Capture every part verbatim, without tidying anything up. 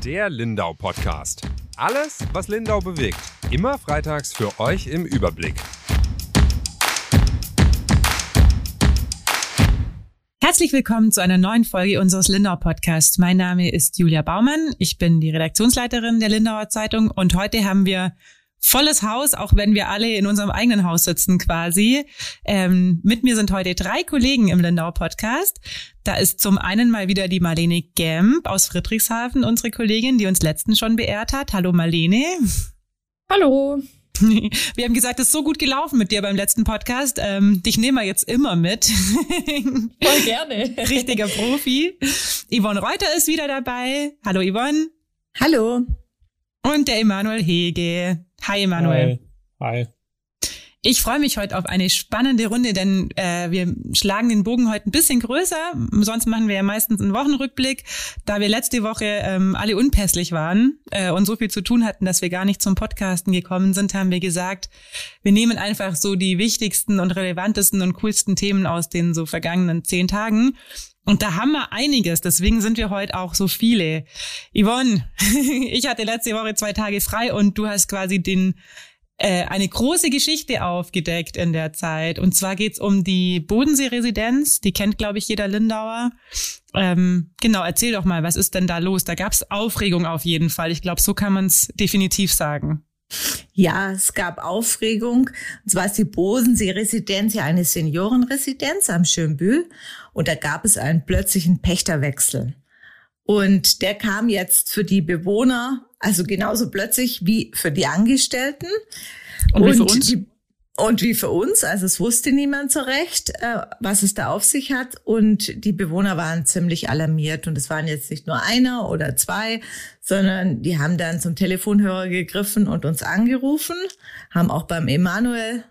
Der Lindau-Podcast. Alles, was Lindau bewegt. Immer freitags für euch im Überblick. Herzlich willkommen zu einer neuen Folge unseres Lindau-Podcasts. Mein Name ist Julia Baumann. Ich bin die Redaktionsleiterin der Lindauer Zeitung und heute haben wir volles Haus, auch wenn wir alle in unserem eigenen Haus sitzen quasi. Ähm, mit mir sind heute drei Kollegen im Lindau-Podcast. Da ist zum einen mal wieder die Marlene Gemp aus Friedrichshafen, unsere Kollegin, die uns letztens schon beehrt hat. Hallo Marlene. Hallo. Wir haben gesagt, es ist so gut gelaufen mit dir beim letzten Podcast. Ähm, dich nehmen wir jetzt immer mit. Voll gerne. Richtiger Profi. Yvonne Reuter ist wieder dabei. Hallo Yvonne. Hallo. Und der Emanuel Hege. Hi Emanuel. Hi. Hi. Ich freue mich heute auf eine spannende Runde, denn äh, wir schlagen den Bogen heute ein bisschen größer. Sonst machen wir ja meistens einen Wochenrückblick. Da wir letzte Woche ähm, alle unpässlich waren äh, und so viel zu tun hatten, dass wir gar nicht zum Podcasten gekommen sind, haben wir gesagt, wir nehmen einfach so die wichtigsten und relevantesten und coolsten Themen aus den so vergangenen zehn Tagen. Und da haben wir einiges, deswegen sind wir heute auch so viele. Yvonne, ich hatte letzte Woche zwei Tage frei und du hast quasi den äh, eine große Geschichte aufgedeckt in der Zeit. Und zwar geht's um die Bodensee-Residenz, die kennt, glaube ich, jeder Lindauer. Ähm, genau, erzähl doch mal, was ist denn da los? Da gab's Aufregung auf jeden Fall. Ich glaube, so kann man es definitiv sagen. Ja, es gab Aufregung. Und zwar ist die Bodensee-Residenz ja eine Seniorenresidenz am Schönbühl. Und da gab es einen plötzlichen Pächterwechsel. Und der kam jetzt für die Bewohner, also genauso plötzlich wie für die Angestellten. Und, und wie für uns? Die, und wie für uns. Also es wusste niemand so recht, äh, was es da auf sich hat. Und die Bewohner waren ziemlich alarmiert. Und es waren jetzt nicht nur einer oder zwei, sondern die haben dann zum Telefonhörer gegriffen und uns angerufen, haben auch beim Emanuel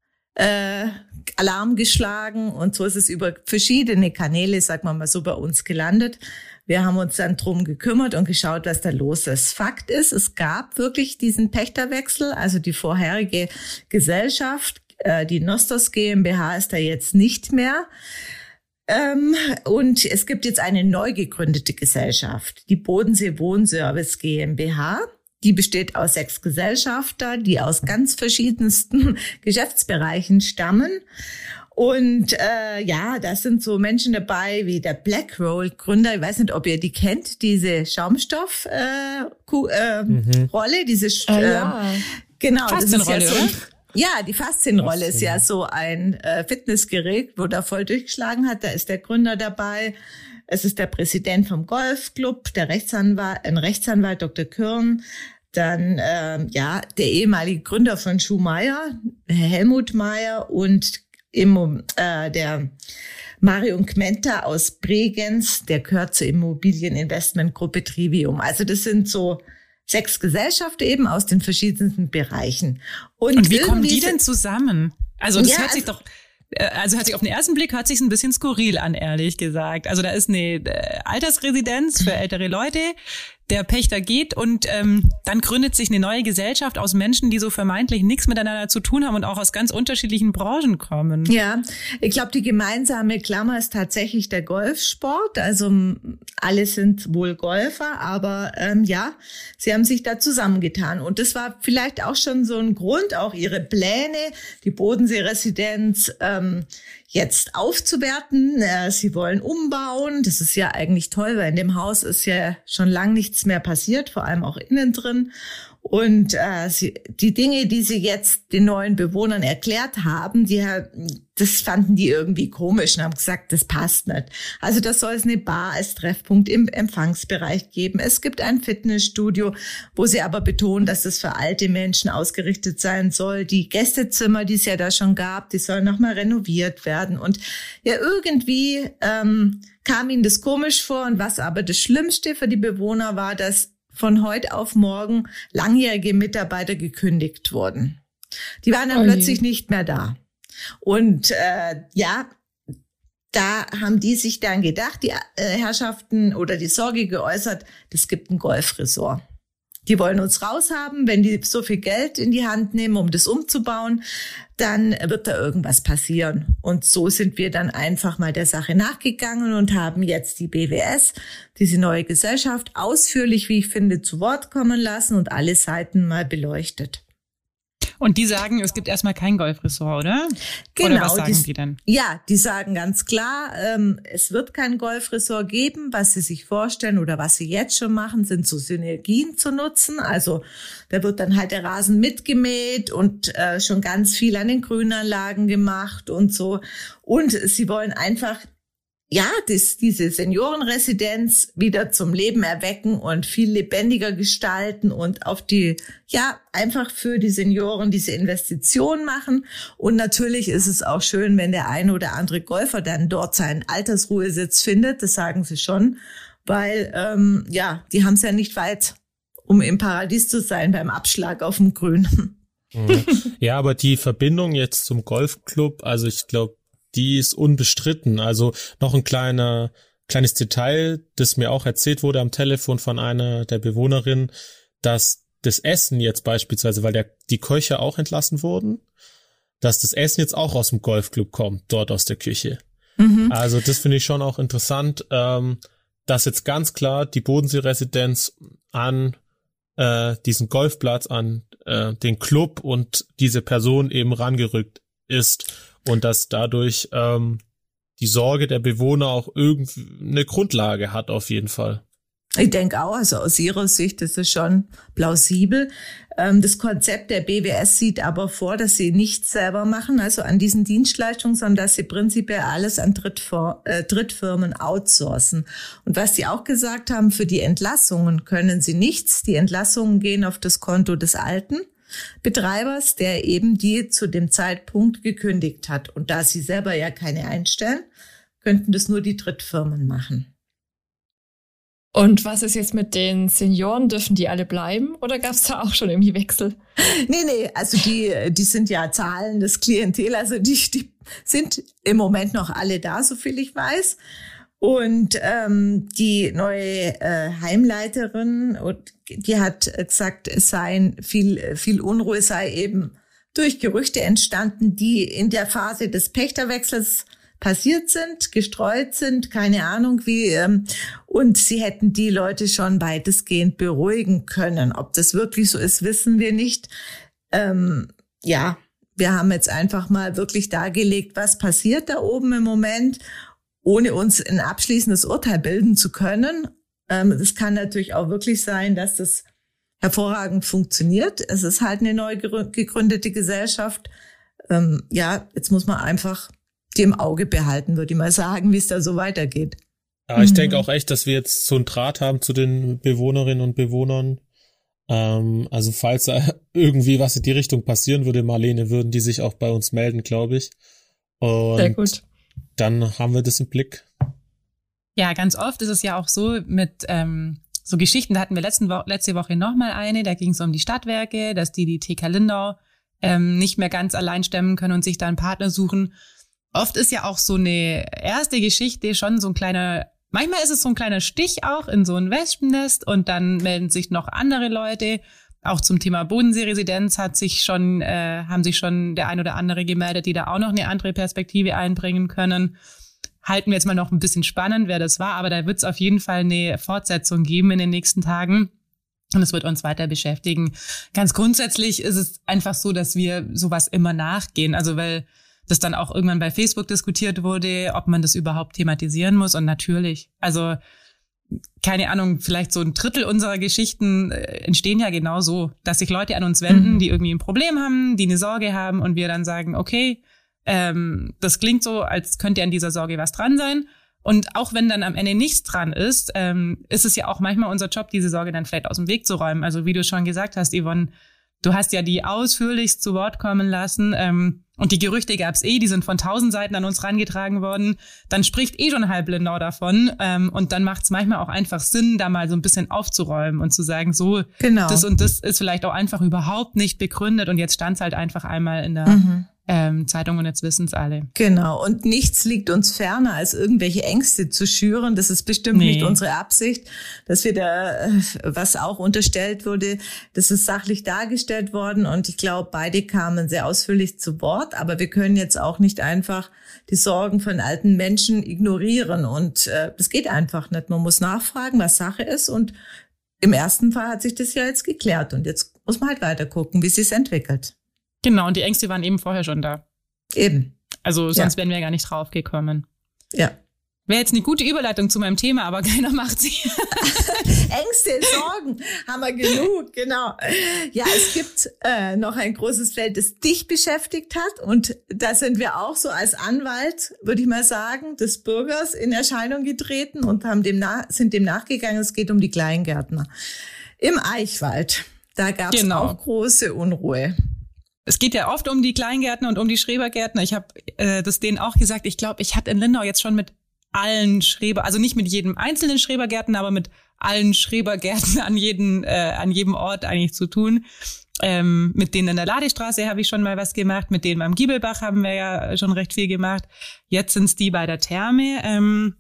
äh, Alarm geschlagen. Und so ist es über verschiedene Kanäle, sagen wir mal so, bei uns gelandet. Wir haben uns dann drum gekümmert und geschaut, was da los ist. Fakt ist, es gab wirklich diesen Pächterwechsel. Also die vorherige Gesellschaft, äh, die Nostos GmbH, ist da jetzt nicht mehr. Ähm, und es gibt jetzt eine neu gegründete Gesellschaft, die Bodensee Wohnservice GmbH. Die besteht aus sechs Gesellschafter, die aus ganz verschiedensten Geschäftsbereichen stammen. Und äh, ja, da sind so Menschen dabei wie der Blackroll-Gründer. Ich weiß nicht, ob ihr die kennt, diese Schaumstoff-Rolle, äh, äh, mhm. Rolle, diese äh, ja. äh, genau, Faszienrolle, das ist ja so oder? Ja, die Faszienrolle ist ja so ein äh, Fitnessgerät, wo der voll durchgeschlagen hat. Da ist der Gründer dabei. Es ist der Präsident vom Golfclub, der Rechtsanwalt, ein Rechtsanwalt, Doktor Kürn. Dann ähm, ja der ehemalige Gründer von Schumacher, Helmut Meyer, und Immo, äh, der Marion Kmenta aus Bregenz, der gehört zur Immobilieninvestmentgruppe Trivium. Also das sind so sechs Gesellschaften eben aus den verschiedensten Bereichen. Und, und wie kommen die denn zusammen? Also das ja, hört sich doch, also hört sich auf den ersten Blick hört sich ein bisschen skurril an, ehrlich gesagt. Also da ist eine Altersresidenz für ältere Leute. Der Pächter geht und ähm, dann gründet sich eine neue Gesellschaft aus Menschen, die so vermeintlich nichts miteinander zu tun haben und auch aus ganz unterschiedlichen Branchen kommen. Ja, ich glaube, die gemeinsame Klammer ist tatsächlich der Golfsport. Also alle sind wohl Golfer, aber ähm, ja, sie haben sich da zusammengetan. Und das war vielleicht auch schon so ein Grund, auch ihre Pläne, die Bodensee-Residenz ähm, jetzt aufzuwerten. Äh, sie wollen umbauen. Das ist ja eigentlich toll, weil in dem Haus ist ja schon lang nichts mehr passiert, vor allem auch innen drin. Und äh, sie, die Dinge, die sie jetzt den neuen Bewohnern erklärt haben, die das fanden die irgendwie komisch und haben gesagt, das passt nicht. Also das soll es eine Bar als Treffpunkt im Empfangsbereich geben. Es gibt ein Fitnessstudio, wo sie aber betonen, dass es für alte Menschen ausgerichtet sein soll. Die Gästezimmer, die es ja da schon gab, die sollen nochmal renoviert werden. Und ja, irgendwie ähm, kam ihnen das komisch vor. Und was aber das Schlimmste für die Bewohner war, dass von heute auf morgen langjährige Mitarbeiter gekündigt wurden. Die waren dann oh plötzlich nicht mehr da. Und äh, ja, da haben die sich dann gedacht, die äh, Herrschaften oder die Sorge geäußert, es gibt ein Golfresort. Die wollen uns raushaben. Wenn die so viel Geld in die Hand nehmen, um das umzubauen, dann wird da irgendwas passieren. Und so sind wir dann einfach mal der Sache nachgegangen und haben jetzt die B W S, diese neue Gesellschaft, ausführlich, wie ich finde, zu Wort kommen lassen und alle Seiten mal beleuchtet. Und die sagen, es gibt erstmal kein Golfressort, oder? Genau. Oder was sagen die, die dann? Ja, die sagen ganz klar, ähm, es wird kein Golfressort geben. Was sie sich vorstellen oder was sie jetzt schon machen, sind so Synergien zu nutzen. Also da wird dann halt der Rasen mitgemäht und äh, schon ganz viel an den Grünanlagen gemacht und so. Und sie wollen einfach ja, das, diese Seniorenresidenz wieder zum Leben erwecken und viel lebendiger gestalten und auf die, ja, einfach für die Senioren diese Investition machen. Und natürlich ist es auch schön, wenn der eine oder andere Golfer dann dort seinen Altersruhesitz findet. Das sagen sie schon, weil, ähm, ja, die haben es ja nicht weit, um im Paradies zu sein beim Abschlag auf dem Grün. Ja, aber die Verbindung jetzt zum Golfclub, also ich glaube, die ist unbestritten. Also noch ein kleiner, kleines Detail, das mir auch erzählt wurde am Telefon von einer der Bewohnerinnen, dass das Essen jetzt beispielsweise, weil der, die Köche auch entlassen wurden, dass das Essen jetzt auch aus dem Golfclub kommt, dort aus der Küche. Mhm. Also das finde ich schon auch interessant, ähm, dass jetzt ganz klar die Bodensee-Residenz an äh, diesen Golfplatz, an äh, den Club und diese Person eben rangerückt ist. Und dass dadurch ähm, die Sorge der Bewohner auch irgendwie eine Grundlage hat auf jeden Fall. Ich denke auch, also aus ihrer Sicht ist es schon plausibel. Ähm, das Konzept der B W S sieht aber vor, dass sie nichts selber machen, also an diesen Dienstleistungen, sondern dass sie prinzipiell alles an Drittfir- äh, Drittfirmen outsourcen. Und was sie auch gesagt haben, für die Entlassungen können sie nichts. Die Entlassungen gehen auf das Konto des alten Betreibers, der eben die zu dem Zeitpunkt gekündigt hat. Und da sie selber ja keine einstellen, könnten das nur die Drittfirmen machen. Und was ist jetzt mit den Senioren? Dürfen die alle bleiben oder gab es da auch schon irgendwie Wechsel? Nee, nee, also die die sind ja zahlendes Klientel, also die, die sind im Moment noch alle da, so viel ich weiß. Und ähm, die neue äh, Heimleiterin, und die hat gesagt, es sei viel viel Unruhe sei eben durch Gerüchte entstanden, die in der Phase des Pächterwechsels passiert sind, gestreut sind, keine Ahnung wie. Ähm, und sie hätten die Leute schon weitestgehend beruhigen können. Ob das wirklich so ist, wissen wir nicht. Ähm, ja, wir haben jetzt einfach mal wirklich dargelegt, was passiert da oben im Moment, ohne uns ein abschließendes Urteil bilden zu können. Ähm, es kann natürlich auch wirklich sein, dass das hervorragend funktioniert. Es ist halt eine neu gegründete Gesellschaft. Ähm, ja, jetzt muss man einfach die im Auge behalten, würde ich mal sagen, wie es da so weitergeht. Ja, ich mhm. denke auch echt, dass wir jetzt so einen Draht haben zu den Bewohnerinnen und Bewohnern. Ähm, also falls da irgendwie was in die Richtung passieren würde, Marlene, würden die sich auch bei uns melden, glaube ich. Und sehr gut. Dann haben wir das im Blick. Ja, ganz oft ist es ja auch so mit ähm, so Geschichten, da hatten wir letzten Wo- letzte Woche nochmal eine, da ging es um die Stadtwerke, dass die die T K Lindau ähm, nicht mehr ganz allein stemmen können und sich da einen Partner suchen. Oft ist ja auch so eine erste Geschichte schon so ein kleiner, manchmal ist es so ein kleiner Stich auch in so ein Wespennest und dann melden sich noch andere Leute. Auch zum Thema Bodensee-Residenz hat sich schon, äh, haben sich schon der ein oder andere gemeldet, die da auch noch eine andere Perspektive einbringen können. Halten wir jetzt mal noch ein bisschen spannend, wer das war, aber da wird es auf jeden Fall eine Fortsetzung geben in den nächsten Tagen. Und es wird uns weiter beschäftigen. Ganz grundsätzlich ist es einfach so, dass wir sowas immer nachgehen. Also weil das dann auch irgendwann bei Facebook diskutiert wurde, ob man das überhaupt thematisieren muss. Und natürlich, also keine Ahnung, vielleicht so ein Drittel unserer Geschichten äh, entstehen ja genau so, dass sich Leute an uns wenden, mhm. die irgendwie ein Problem haben, die eine Sorge haben und wir dann sagen, okay, ähm, das klingt so, als könnte an dieser Sorge was dran sein. Und auch wenn dann am Ende nichts dran ist, ähm, ist es ja auch manchmal unser Job, diese Sorge dann vielleicht aus dem Weg zu räumen. Also wie du schon gesagt hast, Yvonne, du hast ja die ausführlichst zu Wort kommen lassen, ähm, und die Gerüchte gab's eh, die sind von tausend Seiten an uns rangetragen worden. Dann spricht eh schon halb Lindau davon. Ähm, und dann macht's manchmal auch einfach Sinn, da mal so ein bisschen aufzuräumen und zu sagen, so, genau. das und das ist vielleicht auch einfach überhaupt nicht begründet. Und jetzt stand's halt einfach einmal in der, mhm. ähm, Zeitung und jetzt wissen's alle. Genau. Und nichts liegt uns ferner, als irgendwelche Ängste zu schüren. Das ist bestimmt nee. nicht unsere Absicht, dass wir da, was auch unterstellt wurde, das ist sachlich dargestellt worden. Und ich glaube, beide kamen sehr ausführlich zu Wort. Aber wir können jetzt auch nicht einfach die Sorgen von alten Menschen ignorieren. Und äh, das geht einfach nicht. Man muss nachfragen, was Sache ist. Und im ersten Fall hat sich das ja jetzt geklärt. Und jetzt muss man halt weiter gucken, wie es sich entwickelt. Genau, und die Ängste waren eben vorher schon da. Eben. Also sonst ja. wären wir gar nicht drauf gekommen. Ja. Wäre jetzt eine gute Überleitung zu meinem Thema, aber keiner macht sie. Ängste, Sorgen haben wir genug, genau. Ja, es gibt äh, noch ein großes Feld, das dich beschäftigt hat. Und da sind wir auch so als Anwalt, würde ich mal sagen, des Bürgers in Erscheinung getreten und haben dem na- sind dem nachgegangen. Es geht um die Kleingärtner. Im Eichwald, da gab es genau. auch große Unruhe. Es geht ja oft um die Kleingärtner und um die Schrebergärtner. Ich habe äh, das denen auch gesagt. Ich glaube, ich hatte in Lindau jetzt schon mit allen Schreber, also nicht mit jedem einzelnen Schrebergärtner, aber mit allen Schrebergärtnern an jedem, äh, an jedem Ort eigentlich zu tun. Ähm, mit denen in der Ladestraße habe ich schon mal was gemacht. Mit denen beim Giebelbach haben wir ja schon recht viel gemacht. Jetzt sind's die bei der Therme, ähm,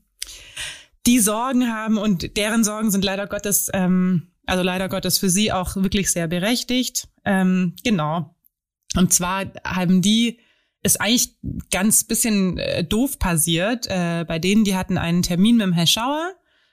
die Sorgen haben und deren Sorgen sind leider Gottes, ähm, also leider Gottes für sie auch wirklich sehr berechtigt. Ähm, genau. Und zwar haben die, ist eigentlich ganz bisschen äh, doof passiert, äh, bei denen, die hatten einen Termin mit dem Herr Schauer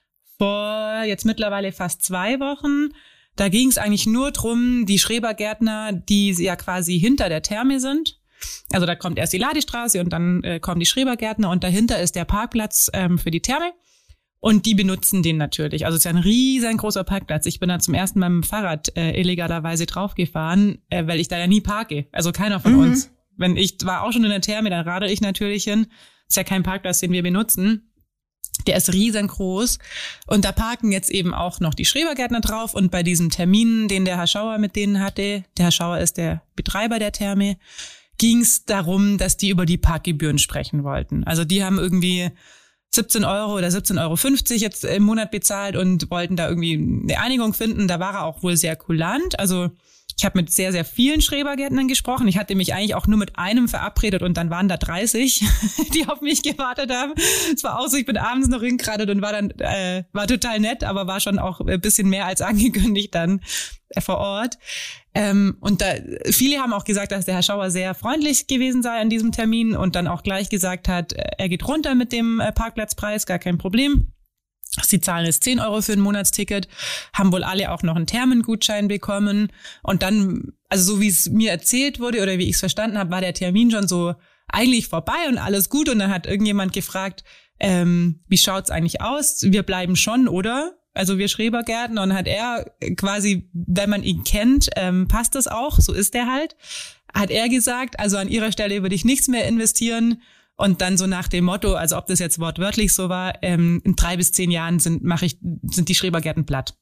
vor jetzt mittlerweile fast zwei Wochen. Da ging es eigentlich nur drum, die Schrebergärtner, die ja quasi hinter der Therme sind. Also da kommt erst die Ladestraße und dann äh, kommen die Schrebergärtner und dahinter ist der Parkplatz ähm, für die Therme. Und die benutzen den natürlich. Also es ist ja ein riesengroßer Parkplatz. Ich bin da zum ersten Mal mit dem Fahrrad äh, illegalerweise draufgefahren, äh, weil ich da ja nie parke. Also keiner von mhm. uns. Wenn ich war auch schon in der Therme, dann radel ich natürlich hin. Ist ja kein Parkplatz, den wir benutzen. Der ist riesengroß. Und da parken jetzt eben auch noch die Schrebergärtner drauf. Und bei diesem Termin, den der Herr Schauer mit denen hatte, der Herr Schauer ist der Betreiber der Therme, ging es darum, dass die über die Parkgebühren sprechen wollten. Also die haben irgendwie siebzehn Euro oder siebzehn Euro fünfzig jetzt im Monat bezahlt und wollten da irgendwie eine Einigung finden. Da war er auch wohl sehr kulant. Also ich habe mit sehr, sehr vielen Schrebergärtnern gesprochen. Ich hatte mich eigentlich auch nur mit einem verabredet und dann waren da dreißig, die auf mich gewartet haben. Es war auch so, ich bin abends noch hingeradelt und war dann, äh, war total nett, aber war schon auch ein bisschen mehr als angekündigt dann äh, vor Ort. Ähm, und da, viele haben auch gesagt, dass der Herr Schauer sehr freundlich gewesen sei an diesem Termin und dann auch gleich gesagt hat, er geht runter mit dem äh, Parkplatzpreis, gar kein Problem. Sie zahlen jetzt zehn Euro für ein Monatsticket, haben wohl alle auch noch einen Thermengutschein bekommen. Und dann, also so wie es mir erzählt wurde oder wie ich es verstanden habe, war der Termin schon so eigentlich vorbei und alles gut. Und dann hat irgendjemand gefragt, ähm, wie schaut's eigentlich aus? Wir bleiben schon, oder? Also wir Schrebergärtner. Und hat er quasi, wenn man ihn kennt, ähm, passt das auch, so ist er halt, hat er gesagt, also an ihrer Stelle würde ich nichts mehr investieren. Und dann so nach dem Motto, also ob das jetzt wortwörtlich so war, ähm, in drei bis zehn Jahren sind mache ich sind die Schrebergärten platt.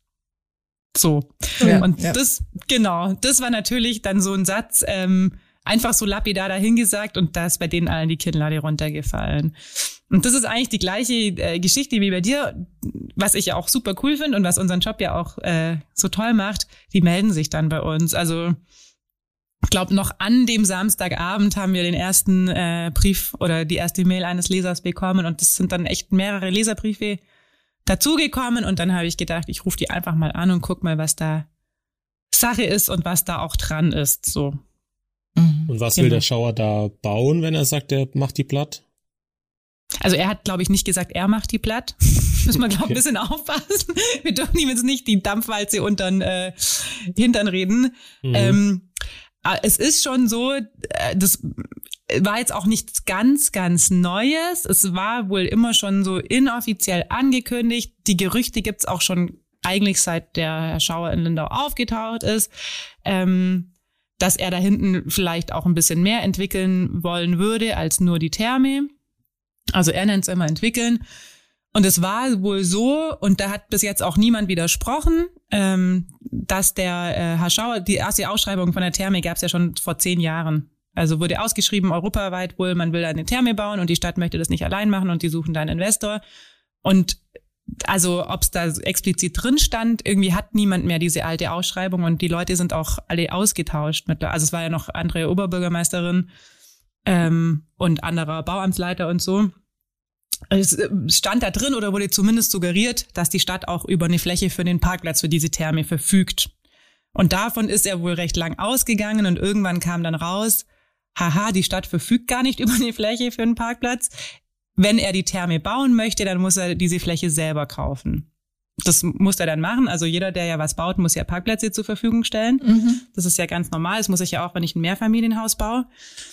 So. Ja, und ja. das, genau, das war natürlich dann so ein Satz, ähm, einfach so lapidar dahingesagt und da ist bei denen allen die Kinnlade runtergefallen. Und das ist eigentlich die gleiche äh, Geschichte wie bei dir, was ich ja auch super cool finde und was unseren Job ja auch äh, so toll macht, die melden sich dann bei uns. Also ich glaube, noch an dem Samstagabend haben wir den ersten äh, Brief oder die erste Mail eines Lesers bekommen und das sind dann echt mehrere Leserbriefe dazugekommen und dann habe ich gedacht, ich rufe die einfach mal an und guck mal, was da Sache ist und was da auch dran ist. So. Und was will genau. der Schauer da bauen, wenn er sagt, er macht die platt? Also er hat, glaube ich, nicht gesagt, er macht die platt. Müssen wir, glaube ich, ein bisschen aufpassen. Wir dürfen ihm jetzt nicht die Dampfwalze unter den äh, Hintern reden. Mhm. Ähm, Es ist schon so, das war jetzt auch nichts ganz, ganz Neues. Es war wohl immer schon so inoffiziell angekündigt. Die Gerüchte gibt's auch schon eigentlich seit der Herr Schauer in Lindau aufgetaucht ist, ähm, dass er da hinten vielleicht auch ein bisschen mehr entwickeln wollen würde als nur die Therme. Also er nennt es immer entwickeln. Und es war wohl so, und da hat bis jetzt auch niemand widersprochen, ähm, dass der äh, Herr Schauer, die erste Ausschreibung von der Therme gab es ja schon vor zehn Jahren. Also wurde ausgeschrieben, europaweit wohl, man will da eine Therme bauen und die Stadt möchte das nicht allein machen und die suchen da einen Investor. Und also ob es da explizit drin stand, irgendwie hat niemand mehr diese alte Ausschreibung und die Leute sind auch alle ausgetauscht. Mit, also es war ja noch andere Oberbürgermeisterin. ähm, und anderer Bauamtsleiter und so. Es stand da drin oder wurde zumindest suggeriert, dass die Stadt auch über eine Fläche für den Parkplatz für diese Therme verfügt. Und davon ist er wohl recht lang ausgegangen und irgendwann kam dann raus, haha, die Stadt verfügt gar nicht über eine Fläche für einen Parkplatz. Wenn er die Therme bauen möchte, dann muss er diese Fläche selber kaufen. Das muss er dann machen. Also jeder, der ja was baut, muss ja Parkplätze zur Verfügung stellen. Mhm. Das ist ja ganz normal. Das muss ich ja auch, wenn ich ein Mehrfamilienhaus baue.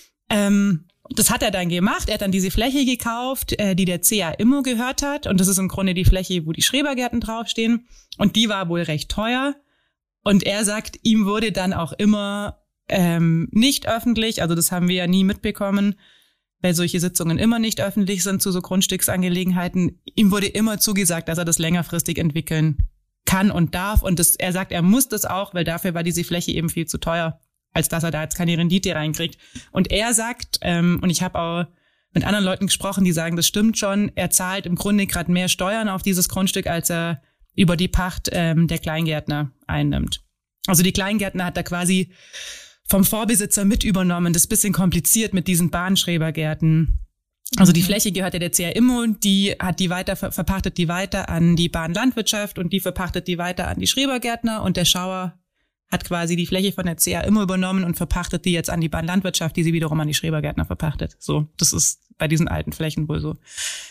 Ähm, das hat er dann gemacht. Er hat dann diese Fläche gekauft, äh, die der C A Immo gehört hat. Und das ist im Grunde die Fläche, wo die Schrebergärten draufstehen. Und die war wohl recht teuer. Und er sagt, ihm wurde dann auch immer ähm, nicht öffentlich, also das haben wir ja nie mitbekommen, weil solche Sitzungen immer nicht öffentlich sind zu so Grundstücksangelegenheiten. Ihm wurde immer zugesagt, dass er das längerfristig entwickeln kann und darf. Und das, er sagt, er muss das auch, weil dafür war diese Fläche eben viel zu teuer, als dass er da jetzt keine Rendite reinkriegt. Und er sagt, ähm, und ich habe auch mit anderen Leuten gesprochen, die sagen, das stimmt schon, er zahlt im Grunde gerade mehr Steuern auf dieses Grundstück, als er über die Pacht ähm, der Kleingärtner einnimmt. Also die Kleingärtner hat er quasi vom Vorbesitzer mit übernommen. Das ist ein bisschen kompliziert mit diesen Bahnschrebergärten. Also die Fläche gehört ja der C A Immo, die hat die weiter, verpachtet die weiter an die Bahnlandwirtschaft und die verpachtet die weiter an die Schrebergärtner und der Schauer hat quasi die Fläche von der C A Immo übernommen und verpachtet die jetzt an die Bahnlandwirtschaft, die sie wiederum an die Schrebergärtner verpachtet. So, das ist bei diesen alten Flächen wohl so.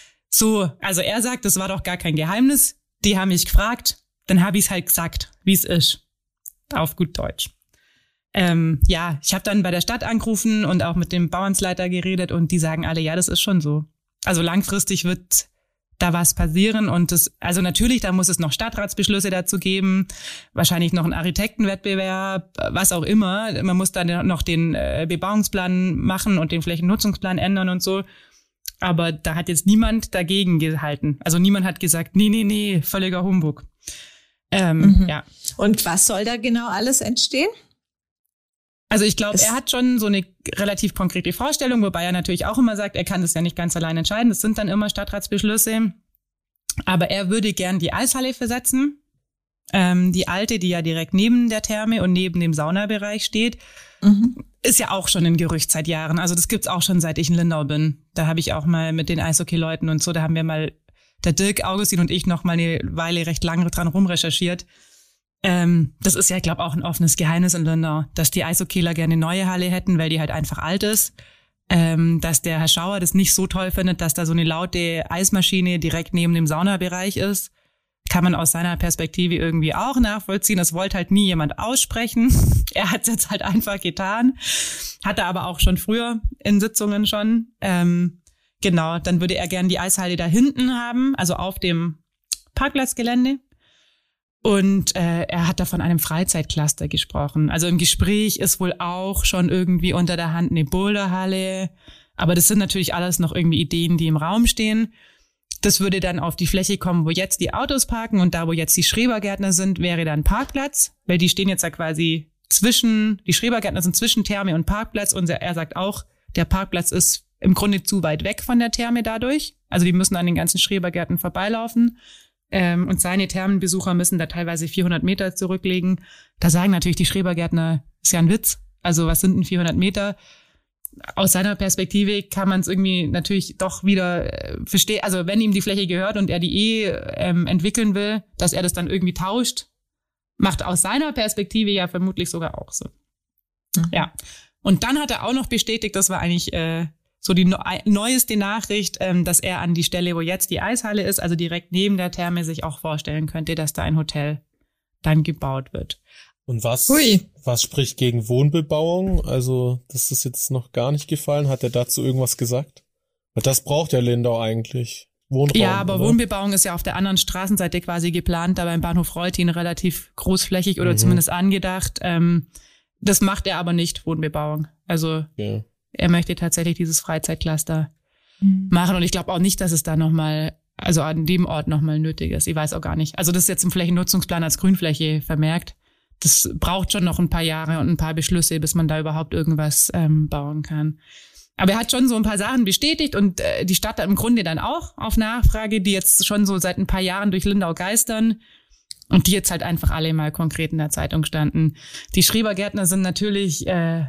So, also er sagt, das war doch gar kein Geheimnis. Die haben mich gefragt, dann habe ich es halt gesagt, wie es ist. Auf gut Deutsch. Ähm, ja, ich habe dann bei der Stadt angerufen und auch mit dem Bauamtsleiter geredet und die sagen alle, ja, das ist schon so. Also langfristig wird da was passieren und das, also natürlich, da muss es noch Stadtratsbeschlüsse dazu geben, wahrscheinlich noch einen Architektenwettbewerb, was auch immer. Man muss dann noch den äh, Bebauungsplan machen und den Flächennutzungsplan ändern und so. Aber da hat jetzt niemand dagegen gehalten. Also niemand hat gesagt, nee, nee, nee, völliger Humbug. Ähm, mhm. Ja. Und was soll da genau alles entstehen? Also ich glaube, er hat schon so eine relativ konkrete Vorstellung, wobei er natürlich auch immer sagt, er kann das ja nicht ganz allein entscheiden. Das sind dann immer Stadtratsbeschlüsse. Aber er würde gern die Eishalle versetzen. Ähm, die alte, die ja direkt neben der Therme und neben dem Saunabereich steht. Mhm. Ist ja auch schon ein Gerücht seit Jahren. Also das gibt's auch schon, seit ich in Lindau bin. Da habe ich auch mal mit den Eishockey-Leuten und so, da haben wir mal, der Dirk, Augustin und ich noch mal eine Weile recht lange dran rumrecherchiert. Ähm, das ist ja, ich glaube, auch ein offenes Geheimnis in Lindau, dass die Eishockeyler gerne eine neue Halle hätten, weil die halt einfach alt ist. Ähm, dass der Herr Schauer das nicht so toll findet, dass da so eine laute Eismaschine direkt neben dem Saunabereich ist. Kann man aus seiner Perspektive irgendwie auch nachvollziehen. Das wollte halt nie jemand aussprechen. Er hat es jetzt halt einfach getan. Hatte aber auch schon früher in Sitzungen schon. Ähm, genau, dann würde er gerne die Eishalle da hinten haben, also auf dem Parkplatzgelände. Und äh, er hat da von einem Freizeitcluster gesprochen. Also im Gespräch ist wohl auch schon irgendwie unter der Hand eine Boulderhalle. Aber das sind natürlich alles noch irgendwie Ideen, die im Raum stehen. Das würde dann auf die Fläche kommen, wo jetzt die Autos parken und da, wo jetzt die Schrebergärtner sind, wäre dann Parkplatz, weil die stehen jetzt ja quasi zwischen, die Schrebergärtner sind zwischen Therme und Parkplatz und er sagt auch, der Parkplatz ist im Grunde zu weit weg von der Therme dadurch. Also die müssen an den ganzen Schrebergärten vorbeilaufen ähm, und seine Thermenbesucher müssen da teilweise vierhundert Meter zurücklegen. Da sagen natürlich die Schrebergärtner, ist ja ein Witz, also was sind denn vierhundert Meter? Aus seiner Perspektive kann man es irgendwie natürlich doch wieder äh, verstehen. Also wenn ihm die Fläche gehört und er die eh ähm, entwickeln will, dass er das dann irgendwie tauscht, macht aus seiner Perspektive ja vermutlich sogar auch so. Mhm. Ja. Und dann hat er auch noch bestätigt, das war eigentlich äh, so die no- neueste Nachricht, ähm, dass er an die Stelle, wo jetzt die Eishalle ist, also direkt neben der Therme, sich auch vorstellen könnte, dass da ein Hotel dann gebaut wird. Und was, Hui. was spricht gegen Wohnbebauung? Also, das ist jetzt noch gar nicht gefallen. Hat er dazu irgendwas gesagt? Weil das braucht ja Lindau eigentlich. Wohnraum, ja, aber oder? Wohnbebauung ist ja auf der anderen Straßenseite quasi geplant, da beim Bahnhof Reutin relativ großflächig oder mhm. zumindest angedacht. Ähm, das macht er aber nicht, Wohnbebauung. Also, ja. Er möchte tatsächlich dieses Freizeitcluster mhm. machen und ich glaube auch nicht, dass es da nochmal, also an dem Ort nochmal nötig ist. Ich weiß auch gar nicht. Also, das ist jetzt im Flächennutzungsplan als Grünfläche vermerkt. Das braucht schon noch ein paar Jahre und ein paar Beschlüsse, bis man da überhaupt irgendwas ähm, bauen kann. Aber er hat schon so ein paar Sachen bestätigt und äh, die Stadt im Grunde dann auch auf Nachfrage, die jetzt schon so seit ein paar Jahren durch Lindau geistern und die jetzt halt einfach alle mal konkret in der Zeitung standen. Die Schrebergärtner sind natürlich äh,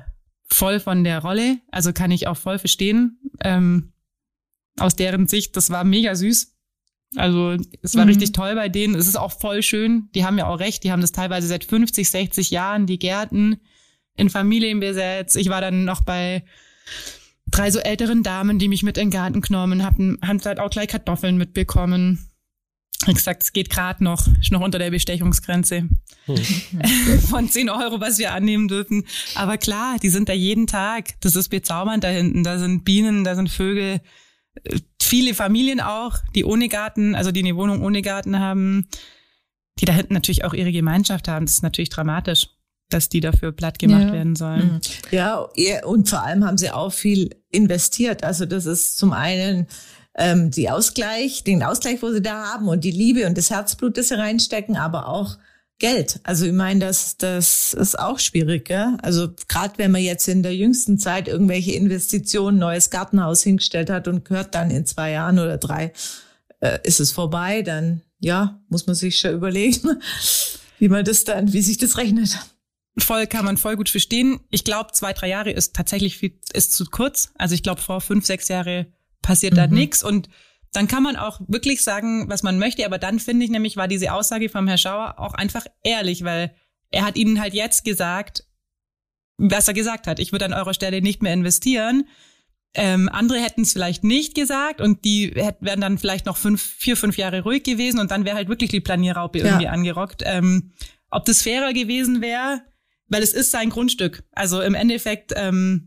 voll von der Rolle, also kann ich auch voll verstehen. Ähm, aus deren Sicht, das war mega süß. Also es war mhm. richtig toll bei denen. Es ist auch voll schön. Die haben ja auch recht. Die haben das teilweise seit fünfzig, sechzig Jahren, die Gärten in Familienbesitz. Ich war dann noch bei drei so älteren Damen, die mich mit in den Garten genommen haben, haben halt auch gleich Kartoffeln mitbekommen. Ich hab gesagt, es geht gerade noch, ist noch unter der Bestechungsgrenze hm. von zehn Euro, was wir annehmen dürfen. Aber klar, die sind da jeden Tag. Das ist bezaubernd da hinten. Da sind Bienen, da sind Vögel. Viele Familien auch, die ohne Garten, also die eine Wohnung ohne Garten haben, die da hinten natürlich auch ihre Gemeinschaft haben. Das ist natürlich dramatisch, dass die dafür platt gemacht ja. werden sollen. Ja, und vor allem haben sie auch viel investiert. Also das ist zum einen ähm, die Ausgleich, den Ausgleich, wo sie da haben und die Liebe und das Herzblut, das sie reinstecken, aber auch Geld. Also ich meine, das das ist auch schwierig, gell? Also gerade wenn man jetzt in der jüngsten Zeit irgendwelche Investitionen, neues Gartenhaus hingestellt hat und hört dann in zwei Jahren oder drei, äh, ist es vorbei, dann ja, muss man sich schon überlegen, wie man das dann, wie sich das rechnet. Voll, kann man voll gut verstehen. Ich glaube, zwei, drei Jahre ist tatsächlich viel, ist zu kurz. Also ich glaube, vor fünf, sechs Jahre passiert mhm. da nichts und dann kann man auch wirklich sagen, was man möchte, aber dann finde ich nämlich, war diese Aussage vom Herrn Schauer auch einfach ehrlich, weil er hat ihnen halt jetzt gesagt, was er gesagt hat. Ich würde an eurer Stelle nicht mehr investieren. Ähm, andere hätten es vielleicht nicht gesagt und die hätten, wären dann vielleicht noch fünf, vier, fünf Jahre ruhig gewesen und dann wäre halt wirklich die Planierraupe ja. irgendwie angerockt. Ähm, ob das fairer gewesen wäre, weil es ist sein Grundstück. Also im Endeffekt, ähm,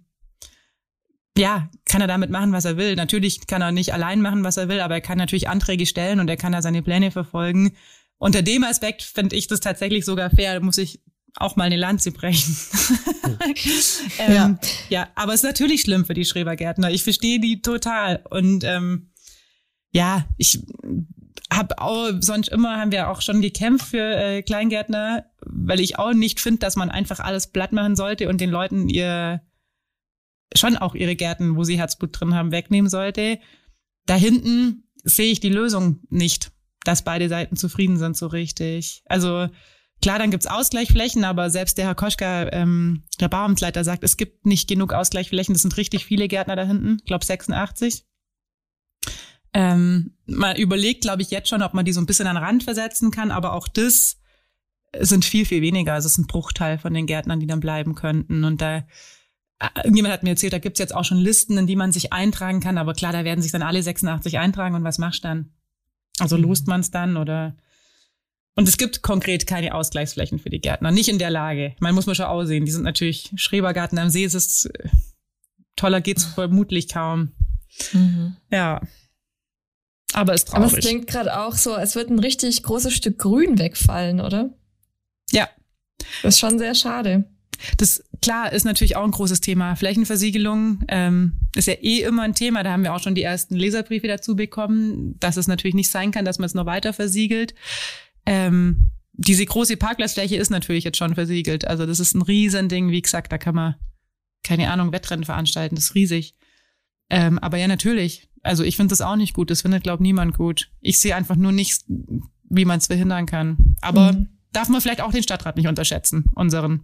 ja, kann er damit machen, was er will. Natürlich kann er nicht allein machen, was er will, aber er kann natürlich Anträge stellen und er kann da seine Pläne verfolgen. Unter dem Aspekt finde ich das tatsächlich sogar fair. Da muss ich auch mal eine Lanze brechen. ähm, ja. ja, aber es ist natürlich schlimm für die Schrebergärtner. Ich verstehe die total. Und ähm, ja, ich habe auch, sonst immer haben wir auch schon gekämpft für äh, Kleingärtner, weil ich auch nicht finde, dass man einfach alles platt machen sollte und den Leuten ihr schon auch ihre Gärten, wo sie Herzblut drin haben, wegnehmen sollte. Da hinten sehe ich die Lösung nicht, dass beide Seiten zufrieden sind so richtig. Also klar, dann gibt's Ausgleichsflächen, aber selbst der Herr Koschka, ähm, der Bauamtsleiter, sagt, es gibt nicht genug Ausgleichsflächen. Das sind richtig viele Gärtner da hinten, ich glaube sechsundachtzig. Ähm, man überlegt, glaube ich, jetzt schon, ob man die so ein bisschen an den Rand versetzen kann, aber auch das sind viel, viel weniger. Also es ist ein Bruchteil von den Gärtnern, die dann bleiben könnten. Und da irgendjemand hat mir erzählt, da gibt's jetzt auch schon Listen, in die man sich eintragen kann, aber klar, da werden sich dann alle sechsundachtzig eintragen und was machst du dann? Also lost man es dann oder? Und es gibt konkret keine Ausgleichsflächen für die Gärtner, nicht in der Lage. Man muss man schon aussehen, die sind natürlich, Schrebergarten am See, es ist, toller geht's vermutlich kaum. Mhm. Ja. Aber es ist traurig. Aber es klingt gerade auch so, als würde ein richtig großes Stück Grün wegfallen, oder? Ja. Das ist schon sehr schade. Das, klar, ist natürlich auch ein großes Thema. Flächenversiegelung ähm, ist ja eh immer ein Thema. Da haben wir auch schon die ersten Leserbriefe dazu bekommen, dass es natürlich nicht sein kann, dass man es noch weiter versiegelt. Ähm, diese große Parkplatzfläche ist natürlich jetzt schon versiegelt. Also das ist ein Riesending. Wie gesagt, da kann man, keine Ahnung, Wettrennen veranstalten. Das ist riesig. Ähm, aber ja, natürlich. Also ich finde das auch nicht gut. Das findet, glaube ich, niemand gut. Ich sehe einfach nur nicht, wie man es verhindern kann. Aber mhm. darf man vielleicht auch den Stadtrat nicht unterschätzen, unseren.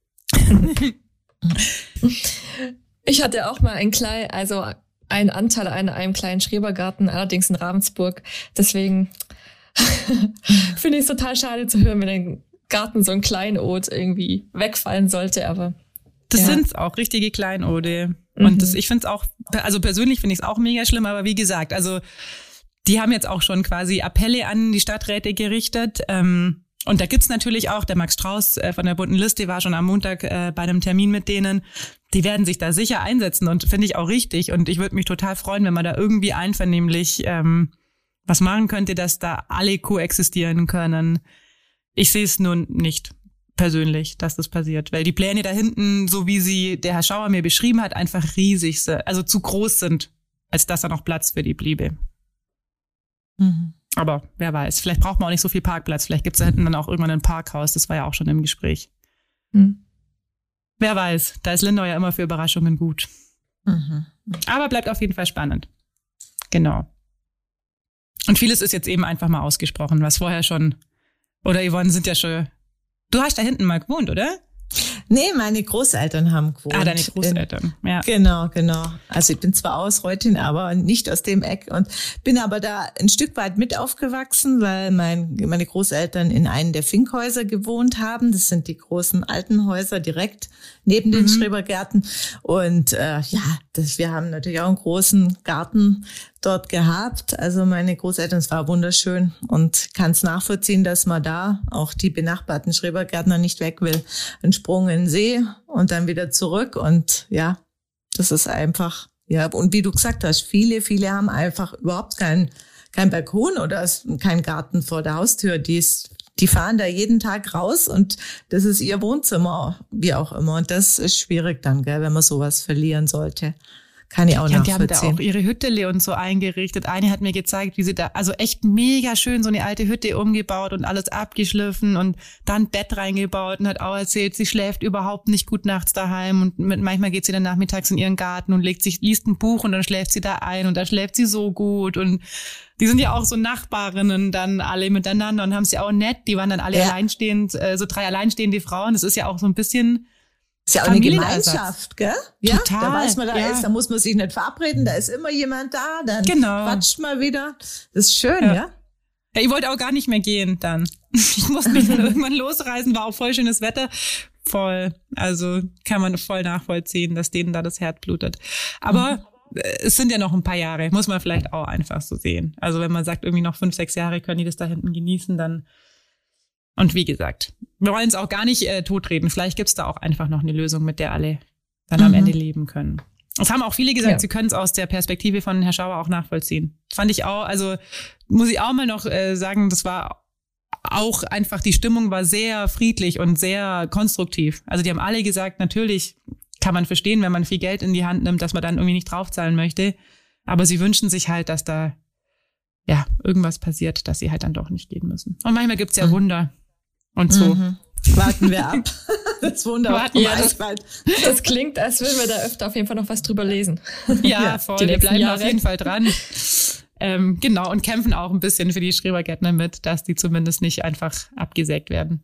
Ich hatte auch mal ein klein, also einen Anteil an einem kleinen Schrebergarten, allerdings in Ravensburg. Deswegen finde ich es total schade zu hören, wenn ein Garten so ein Kleinod irgendwie wegfallen sollte. Aber das ja. sind auch richtige Kleinode. Und mhm. das, ich finde es auch, also persönlich finde ich es auch mega schlimm, aber wie gesagt, also die haben jetzt auch schon quasi Appelle an die Stadträte gerichtet. Ähm, Und da gibt's natürlich auch, der Max Strauß äh, von der Bunten Liste war schon am Montag äh, bei einem Termin mit denen. Die werden sich da sicher einsetzen und finde ich auch richtig. Und ich würde mich total freuen, wenn man da irgendwie einvernehmlich ähm, was machen könnte, dass da alle koexistieren können. Ich sehe es nur nicht persönlich, dass das passiert. Weil die Pläne da hinten, so wie sie der Herr Schauer mir beschrieben hat, einfach riesig sind. Also zu groß sind, als dass da noch Platz für die bliebe. Mhm. Aber wer weiß, vielleicht braucht man auch nicht so viel Parkplatz. Vielleicht gibt's da hinten dann auch irgendwann ein Parkhaus. Das war ja auch schon im Gespräch. Hm. Wer weiß, da ist Lindau ja immer für Überraschungen gut. Mhm. Aber bleibt auf jeden Fall spannend. Genau. Und vieles ist jetzt eben einfach mal ausgesprochen, was vorher schon, oder Yvonne sind ja schon, du hast da hinten mal gewohnt, oder? Nee, meine Großeltern haben gewohnt. Ah, deine Großeltern, in, ja. Genau, genau. Also ich bin zwar Ausreutin, aber nicht aus dem Eck und bin aber da ein Stück weit mit aufgewachsen, weil mein, meine Großeltern in einem der Finkhäuser gewohnt haben. Das sind die großen alten Häuser direkt neben den mhm. Schrebergärten. Und äh, ja, das, wir haben natürlich auch einen großen Garten dort gehabt. Also meine Großeltern, es war wunderschön und kann es nachvollziehen, dass man da auch die benachbarten Schrebergärtner nicht weg will. Ein Sprung in den See und dann wieder zurück und ja, das ist einfach, ja, und wie du gesagt hast, viele, viele haben einfach überhaupt keinen kein Balkon oder keinen Garten vor der Haustür. Die ist, die fahren da jeden Tag raus und das ist ihr Wohnzimmer, wie auch immer. Und das ist schwierig dann, gell, wenn man sowas verlieren sollte. Kann ich auch ja, nachvollziehen. die haben da auch ihre Hüttele und so eingerichtet. Eine hat mir gezeigt, wie sie da, also echt mega schön so eine alte Hütte umgebaut und alles abgeschliffen und dann ein Bett reingebaut und hat auch erzählt, sie schläft überhaupt nicht gut nachts daheim und mit, manchmal geht sie dann nachmittags in ihren Garten und legt sich, liest ein Buch und dann schläft sie da ein und da schläft sie so gut und die sind ja auch so Nachbarinnen dann alle miteinander und haben es ja auch nett. Die waren dann alle ja. alleinstehend, äh, so drei alleinstehende Frauen. Das ist ja auch so ein bisschen ist ja auch eine Gemeinschaft, gell? Ja, total, da weiß man, da ja. ist, da muss man sich nicht verabreden, da ist immer jemand da, dann genau. quatscht mal wieder. Das ist schön, ja. ja? Ja, ich wollte auch gar nicht mehr gehen dann. Ich musste mich dann irgendwann losreisen, war auch voll schönes Wetter. Voll, also kann man voll nachvollziehen, dass denen da das Herz blutet. Aber mhm. es sind ja noch ein paar Jahre, muss man vielleicht auch einfach so sehen. Also wenn man sagt, irgendwie noch fünf, sechs Jahre können die das da hinten genießen, dann. Und wie gesagt, wir wollen es auch gar nicht äh, totreden. Vielleicht gibt's da auch einfach noch eine Lösung, mit der alle dann mhm. am Ende leben können. Es haben auch viele gesagt, ja. sie können es aus der Perspektive von Herrn Schauer auch nachvollziehen. Fand ich auch, also muss ich auch mal noch äh, sagen, das war auch einfach, die Stimmung war sehr friedlich und sehr konstruktiv. Also die haben alle gesagt, natürlich kann man verstehen, wenn man viel Geld in die Hand nimmt, dass man dann irgendwie nicht draufzahlen möchte. Aber sie wünschen sich halt, dass da ja irgendwas passiert, dass sie halt dann doch nicht gehen müssen. Und manchmal gibt's ja mhm. Wunder. Und so. Mhm. Warten wir ab. Das Wunder. Warten ja, das, das klingt, als würden wir da öfter auf jeden Fall noch was drüber lesen. Ja, ja voll. Wir bleiben Jahre. auf jeden Fall dran. Ähm, genau, und kämpfen auch ein bisschen für die Schrebergärtner mit, dass die zumindest nicht einfach abgesägt werden.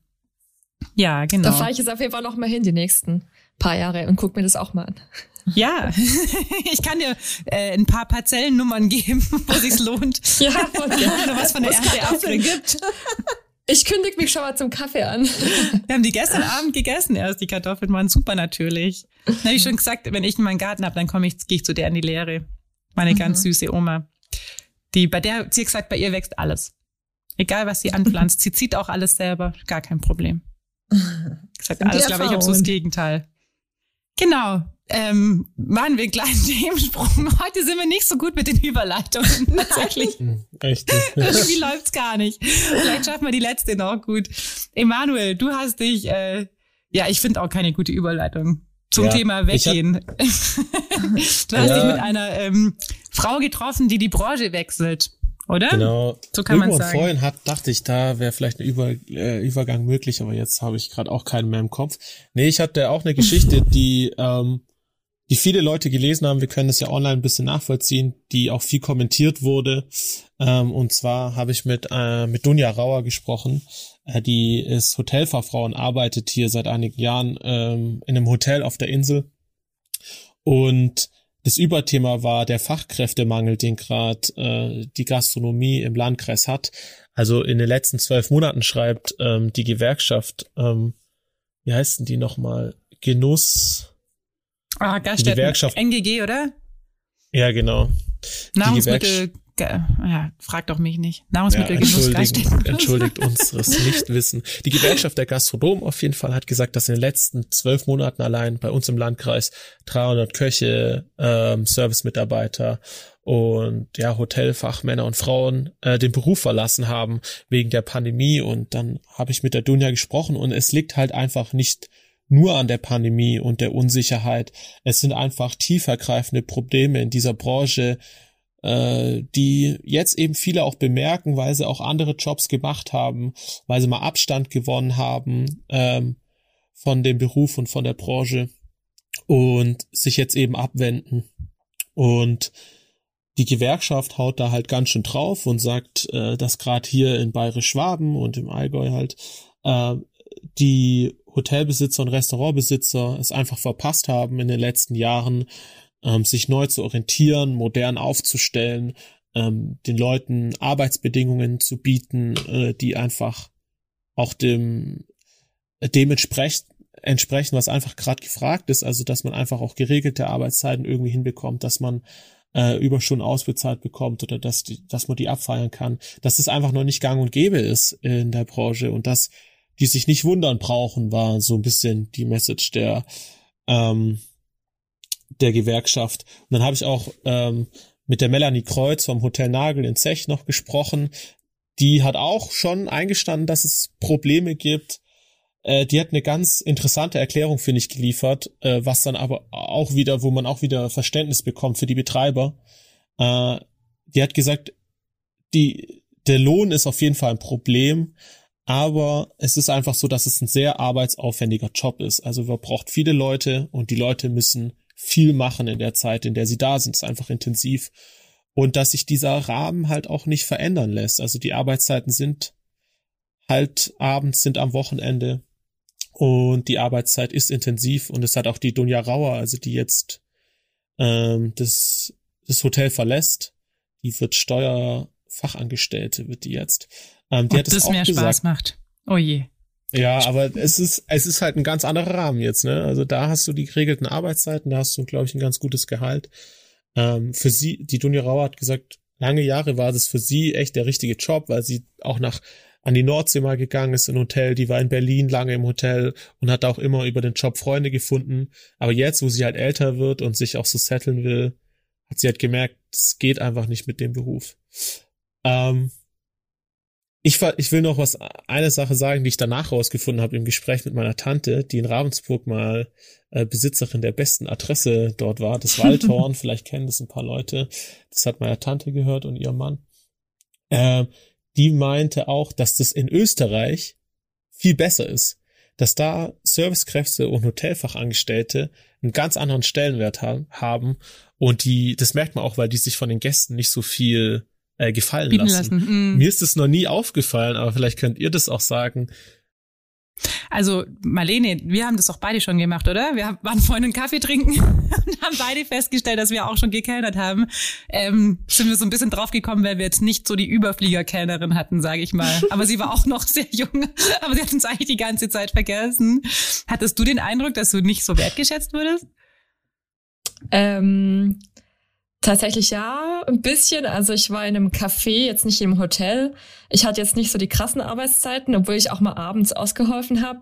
Ja, genau. Da fahre ich jetzt auf jeden Fall noch mal hin die nächsten paar Jahre und guck mir das auch mal an. Ja, ich kann dir äh, ein paar Parzellennummern geben, wo sich's lohnt. Ja, voll gerne. Was von der Ernte abkriegt. gibt. Ich kündige mich schon mal zum Kaffee an. Wir haben die gestern Abend gegessen erst. Die Kartoffeln waren super natürlich. Dann habe ich schon gesagt, wenn ich meinen Garten habe, dann komme ich, gehe ich zu der in die Lehre. Meine mhm. ganz süße Oma. Die, bei der, sie hat gesagt, bei ihr wächst alles. Egal, was sie anpflanzt. Sie zieht auch alles selber. Gar kein Problem. Gesagt, alles, glaube ich, habe so das Gegenteil. Genau. Ähm, machen wir einen kleinen Themensprung. Heute sind wir nicht so gut mit den Überleitungen. Tatsächlich. Echt? Irgendwie läuft's gar nicht. Vielleicht schaffen wir die letzte noch gut. Emanuel, du hast dich, äh, ja, ich finde auch keine gute Überleitung zum ja, Thema Weggehen. Hab, du hast ja. dich mit einer ähm, Frau getroffen, die die Branche wechselt. Oder? Genau. So kann man sagen. Vorhin hat, dachte ich, da wäre vielleicht ein Über, äh, Übergang möglich, aber jetzt habe ich gerade auch keinen mehr im Kopf. Nee, ich hatte auch eine Geschichte, die ähm, die viele Leute gelesen haben. Wir können das ja online ein bisschen nachvollziehen, die auch viel kommentiert wurde. Ähm, und zwar habe ich mit äh, mit Dunja Rauer gesprochen. Äh, die ist Hotelfachfrau und arbeitet hier seit einigen Jahren ähm, in einem Hotel auf der Insel. Und das Überthema war der Fachkräftemangel, den gerade äh, die Gastronomie im Landkreis hat. Also in den letzten zwölf Monaten schreibt ähm, die Gewerkschaft, ähm, wie heißt denn die nochmal? Genuss. Ah, Gaststätten. Gewerkschaft. N G G, oder? Ja, genau. Nahrungsmittel. Ja, frag doch mich nicht. Nahrungsmittelgenuss, ja, Gaststätten. Entschuldigt unseres Nichtwissen. Die Gewerkschaft der Gastronomen auf jeden Fall hat gesagt, dass in den letzten zwölf Monaten allein bei uns im Landkreis dreihundert Köche, ähm, Servicemitarbeiter und ja Hotelfachmänner und Frauen äh, den Beruf verlassen haben wegen der Pandemie. Und dann habe ich mit der Dunja gesprochen und es liegt halt einfach nicht nur an der Pandemie und der Unsicherheit. Es sind einfach tiefergreifende Probleme in dieser Branche, die jetzt eben viele auch bemerken, weil sie auch andere Jobs gemacht haben, weil sie mal Abstand gewonnen haben ähm, von dem Beruf und von der Branche und sich jetzt eben abwenden. Und die Gewerkschaft haut da halt ganz schön drauf und sagt, äh, dass gerade hier in Bayerisch-Schwaben und im Allgäu halt äh, die Hotelbesitzer und Restaurantbesitzer es einfach verpasst haben in den letzten Jahren, ähm, sich neu zu orientieren, modern aufzustellen, ähm, den Leuten Arbeitsbedingungen zu bieten, äh, die einfach auch dem dementsprechend entsprechen, was einfach gerade gefragt ist, also dass man einfach auch geregelte Arbeitszeiten irgendwie hinbekommt, dass man äh, Überstunden ausbezahlt bekommt oder dass die, dass man die abfeiern kann, dass es einfach noch nicht gang und gäbe ist in der Branche und dass die sich nicht wundern brauchen, war so ein bisschen die Message der ähm, der Gewerkschaft. Und dann habe ich auch ähm, mit der Melanie Kreuz vom Hotel Nagel in Zech noch gesprochen. Die hat auch schon eingestanden, dass es Probleme gibt. Äh, die hat eine ganz interessante Erklärung, finde ich, geliefert, äh, was dann aber auch wieder, wo man auch wieder Verständnis bekommt für die Betreiber. Äh, die hat gesagt, die der Lohn ist auf jeden Fall ein Problem, aber es ist einfach so, dass es ein sehr arbeitsaufwendiger Job ist. Also man braucht viele Leute und die Leute müssen viel machen in der Zeit, in der sie da sind. Es ist einfach intensiv. Und dass sich dieser Rahmen halt auch nicht verändern lässt. Also die Arbeitszeiten sind halt abends, sind am Wochenende und die Arbeitszeit ist intensiv. Und es hat auch die Dunja Rauer, also die jetzt ähm, das, das Hotel verlässt, die wird Steuerfachangestellte, wird die jetzt. Ähm, die Ob hat es das auch mehr gesagt. Spaß macht. Oh je. Ja, aber es ist, es ist halt ein ganz anderer Rahmen jetzt, ne? Also da hast du die geregelten Arbeitszeiten, da hast du, glaube ich, ein ganz gutes Gehalt. Ähm, für sie, die Dunja Rauer hat gesagt, lange Jahre war das für sie echt der richtige Job, weil sie auch nach, an die Nordsee mal gegangen ist in ein Hotel, die war in Berlin lange im Hotel und hat auch immer über den Job Freunde gefunden. Aber jetzt, wo sie halt älter wird und sich auch so setteln will, hat sie halt gemerkt, es geht einfach nicht mit dem Beruf. Ähm, Ich, ich will noch was, eine Sache sagen, die ich danach rausgefunden habe im Gespräch mit meiner Tante, die in Ravensburg mal äh, Besitzerin der besten Adresse dort war, das Waldhorn, vielleicht kennen das ein paar Leute, das hat meine Tante gehört und ihr Mann. Äh, die meinte auch, dass das in Österreich viel besser ist, dass da Servicekräfte und Hotelfachangestellte einen ganz anderen Stellenwert ha- haben und die, das merkt man auch, weil die sich von den Gästen nicht so viel Äh, gefallen Bieten lassen. lassen. Mm. Mir ist es noch nie aufgefallen, aber vielleicht könnt ihr das auch sagen. Also Marlene, wir haben das doch beide schon gemacht, oder? Wir waren vorhin einen Kaffee trinken und haben beide festgestellt, dass wir auch schon gekellnert haben. Ähm, sind wir so ein bisschen draufgekommen, weil wir jetzt nicht so die Überflieger-Kellnerin hatten, sage ich mal. Aber sie war auch noch sehr jung, aber sie hat uns eigentlich die ganze Zeit vergessen. Hattest du den Eindruck, dass du nicht so wertgeschätzt wurdest? Ähm... Tatsächlich ja, ein bisschen. Also ich war in einem Café, jetzt nicht im Hotel. Ich hatte jetzt nicht so die krassen Arbeitszeiten, obwohl ich auch mal abends ausgeholfen habe.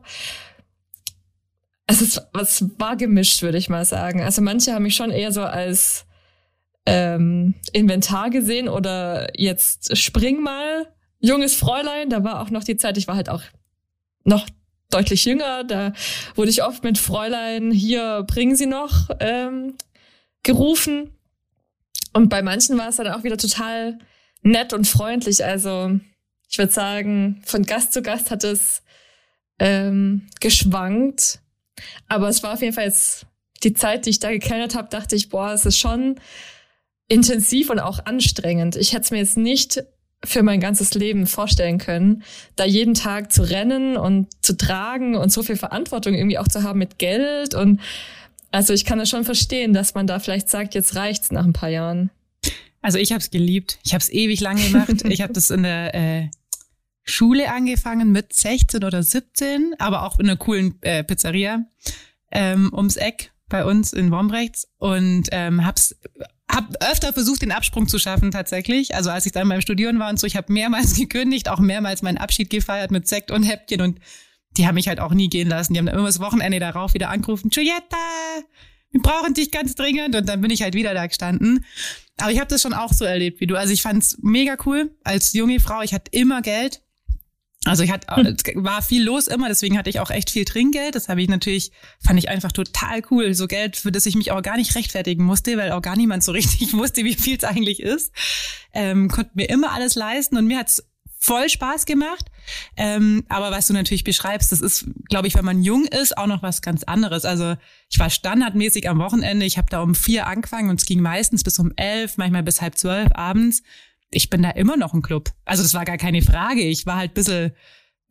Also es, es war gemischt, würde ich mal sagen. Also manche haben mich schon eher so als ähm, Inventar gesehen oder jetzt spring mal, junges Fräulein. Da war auch noch die Zeit, ich war halt auch noch deutlich jünger. Da wurde ich oft mit Fräulein, hier bringen Sie noch, ähm, gerufen. Und bei manchen war es dann auch wieder total nett und freundlich. Also ich würde sagen, von Gast zu Gast hat es ähm, geschwankt. Aber es war auf jeden Fall jetzt die Zeit, die ich da gekellnert habe, dachte ich, boah, es ist schon intensiv und auch anstrengend. Ich hätte es mir jetzt nicht für mein ganzes Leben vorstellen können, da jeden Tag zu rennen und zu tragen und so viel Verantwortung irgendwie auch zu haben mit Geld und also ich kann das schon verstehen, dass man da vielleicht sagt, jetzt reicht's nach ein paar Jahren. Also ich habe es geliebt. Ich habe es ewig lang gemacht. Ich habe das in der äh, Schule angefangen mit sechzehn oder siebzehn, aber auch in einer coolen äh, Pizzeria ähm, ums Eck bei uns in Wombrechts und ähm, hab's hab öfter versucht, den Absprung zu schaffen tatsächlich. Also als ich dann beim Studieren war und so, ich habe mehrmals gekündigt, auch mehrmals meinen Abschied gefeiert mit Sekt und Häppchen und die haben mich halt auch nie gehen lassen. Die haben dann immer das Wochenende darauf wieder angerufen, Giulietta, wir brauchen dich ganz dringend. Und dann bin ich halt wieder da gestanden. Aber ich habe das schon auch so erlebt wie du. Also ich fand's mega cool als junge Frau. Ich hatte immer Geld. Also ich hatte, hm. es war viel los immer, deswegen hatte ich auch echt viel Trinkgeld. Das habe ich natürlich, fand ich einfach total cool. So Geld, für das ich mich auch gar nicht rechtfertigen musste, weil auch gar niemand so richtig wusste, wie viel es eigentlich ist. Ähm, konnte mir immer alles leisten und mir hat's voll Spaß gemacht. Ähm, aber was du natürlich beschreibst, das ist, glaube ich, wenn man jung ist, auch noch was ganz anderes. Also ich war standardmäßig am Wochenende, ich habe da um vier angefangen und es ging meistens bis um elf, manchmal bis halb zwölf abends. Ich bin da immer noch im Club. Also das war gar keine Frage. Ich war halt ein bisschen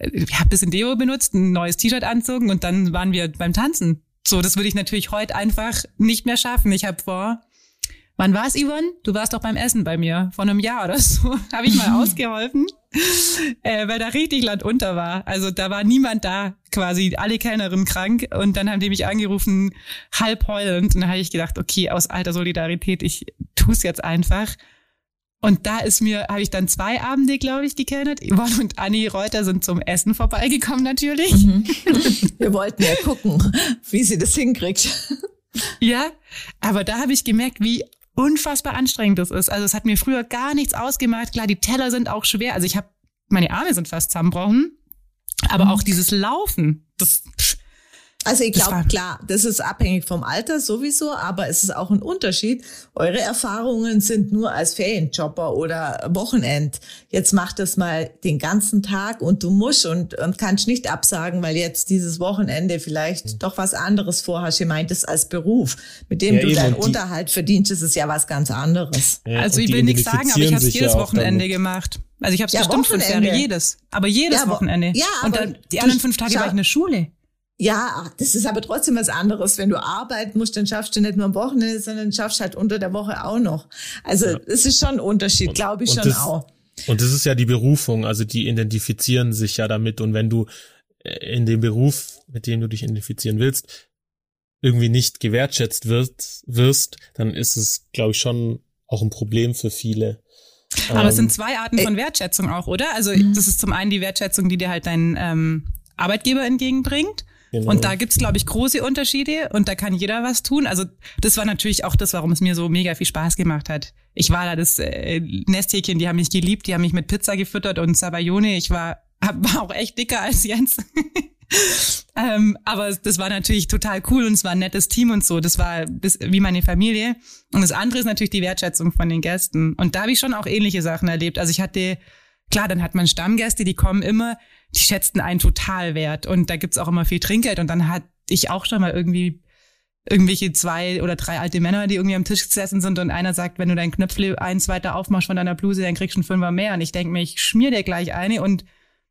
ich habe ein bisschen Deo benutzt, ein neues T-Shirt anzogen und dann waren wir beim Tanzen. So, das würde ich natürlich heute einfach nicht mehr schaffen. Ich habe vor, wann war es, Yvonne? Du warst doch beim Essen bei mir, vor einem Jahr oder so, habe ich mal ausgeholfen, äh, weil da richtig Land unter war. Also da war niemand da, quasi alle Kellnerinnen krank und dann haben die mich angerufen, halb heulend und dann habe ich gedacht, okay, aus alter Solidarität, ich tue es jetzt einfach. Und da ist mir, habe ich dann zwei Abende, glaube ich, gekellnert. Yvonne und Anni Reuter sind zum Essen vorbeigekommen natürlich. Mhm. Wir wollten ja gucken, wie sie das hinkriegt. Ja, aber da habe ich gemerkt, wie unfassbar anstrengend das ist. Also es hat mir früher gar nichts ausgemacht. Klar, die Teller sind auch schwer. Also ich habe, meine Arme sind fast zusammengebrochen. Aber mhm. auch dieses Laufen, das... Pff, Also ich glaube, klar, das ist abhängig vom Alter sowieso, aber es ist auch ein Unterschied. Eure Erfahrungen sind nur als Ferienjobber oder Wochenend. Jetzt mach das mal den ganzen Tag und du musst und, und kannst nicht absagen, weil jetzt dieses Wochenende vielleicht mhm. doch was anderes vorhast. Ich meint es als Beruf, mit dem ja, du deinen Unterhalt verdienst, ist es ja was ganz anderes. Ja, also ich will nichts sagen, aber ich habe es jedes ja Wochenende damit. gemacht. Also ich habe es ja, bestimmt fünf Jahre, jedes. Aber jedes ja, Wochenende. Ja, aber und dann die anderen fünf Tage war ich in der Schule. Ja, das ist aber trotzdem was anderes. Wenn du arbeiten musst, dann schaffst du nicht nur am Wochenende, sondern schaffst halt unter der Woche auch noch. Also ja. Das ist schon ein Unterschied, glaube ich schon das, auch. Und das ist ja die Berufung, also die identifizieren sich ja damit. Und wenn du in dem Beruf, mit dem du dich identifizieren willst, irgendwie nicht gewertschätzt wirst, wirst, dann ist es, glaube ich, schon auch ein Problem für viele. Aber ähm, es sind zwei Arten von Wertschätzung auch, oder? Also mhm. das ist zum einen die Wertschätzung, die dir halt dein ähm, Arbeitgeber entgegenbringt. Genau. Und da gibt's, glaube ich, große Unterschiede und da kann jeder was tun. Also das war natürlich auch das, warum es mir so mega viel Spaß gemacht hat. Ich war da das äh, Nesthäkchen, die haben mich geliebt, die haben mich mit Pizza gefüttert und Sabayone. Ich war, hab, war auch echt dicker als Jens. ähm, aber das war natürlich total cool und es war ein nettes Team und so. Das war bis, wie meine Familie. Und das andere ist natürlich die Wertschätzung von den Gästen. Und da habe ich schon auch ähnliche Sachen erlebt. Also ich hatte, klar, dann hat man Stammgäste, die kommen immer, die schätzten einen total wert und da gibt's auch immer viel Trinkgeld und dann hatte ich auch schon mal irgendwie irgendwelche zwei oder drei alte Männer, die irgendwie am Tisch gesessen sind und einer sagt, wenn du deinen Knöpfle eins weiter aufmachst von deiner Bluse, dann kriegst du einen Fünfer mehr und ich denke mir, ich schmier dir gleich eine und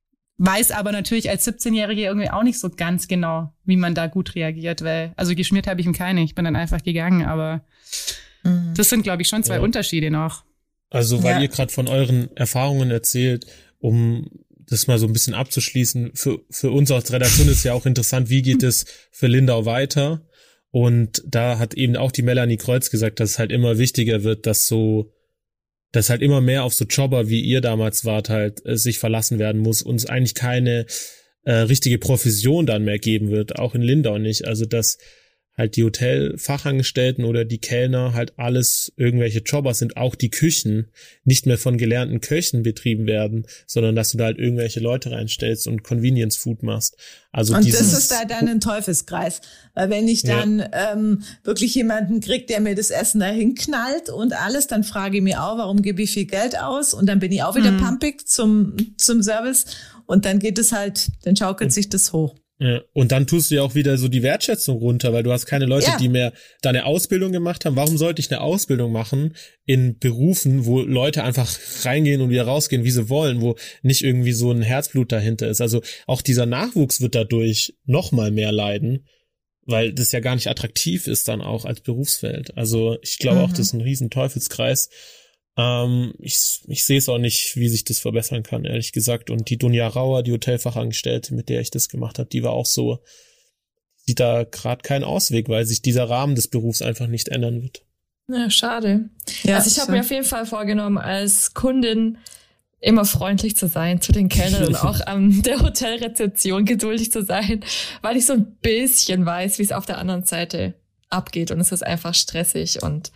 weiß aber natürlich als siebzehnjährige irgendwie auch nicht so ganz genau, wie man da gut reagiert, weil, also geschmiert habe ich ihm keine, ich bin dann einfach gegangen, aber mhm. das sind, glaube ich, schon zwei ja. Unterschiede noch. Also, weil ja. ihr gerade von euren Erfahrungen erzählt, um das mal so ein bisschen abzuschließen, für für uns als Redaktion ist ja auch interessant, wie geht es für Lindau weiter? Und da hat eben auch die Melanie Kreuz gesagt, dass es halt immer wichtiger wird, dass so, dass halt immer mehr auf so Jobber, wie ihr damals wart, halt äh, sich verlassen werden muss, uns eigentlich keine äh, richtige Profession dann mehr geben wird, auch in Lindau nicht. Also dass halt die Hotelfachangestellten oder die Kellner halt alles irgendwelche Jobber sind, auch die Küchen nicht mehr von gelernten Köchen betrieben werden, sondern dass du da halt irgendwelche Leute reinstellst und Convenience Food machst. Also und dieses, das ist da dann ein Teufelskreis, weil wenn ich dann ja. ähm, wirklich jemanden krieg, der mir das Essen dahin knallt und alles, dann frage ich mir auch, warum gebe ich viel Geld aus und dann bin ich auch wieder mhm. pumpig zum zum Service und dann geht es halt, dann schaukelt sich das hoch. Ja, und dann tust du ja auch wieder so die Wertschätzung runter, weil du hast keine Leute, ja. die mehr deine Ausbildung gemacht haben. Warum sollte ich eine Ausbildung machen in Berufen, wo Leute einfach reingehen und wieder rausgehen, wie sie wollen, wo nicht irgendwie so ein Herzblut dahinter ist? Also auch dieser Nachwuchs wird dadurch noch mal mehr leiden, weil das ja gar nicht attraktiv ist dann auch als Berufsfeld. Also ich glaube mhm. auch, das ist ein riesen Teufelskreis. Ähm, ich, ich sehe es auch nicht, wie sich das verbessern kann, ehrlich gesagt. Und die Dunja Rauer, die Hotelfachangestellte, mit der ich das gemacht habe, die war auch so, sieht da gerade keinen Ausweg, weil sich dieser Rahmen des Berufs einfach nicht ändern wird. Ja, schade. Ja, also ich habe mir auf jeden Fall vorgenommen, als Kundin immer freundlich zu sein zu den Kellnern und auch an der Hotelrezeption geduldig zu sein, weil ich so ein bisschen weiß, wie es auf der anderen Seite abgeht und es ist einfach stressig und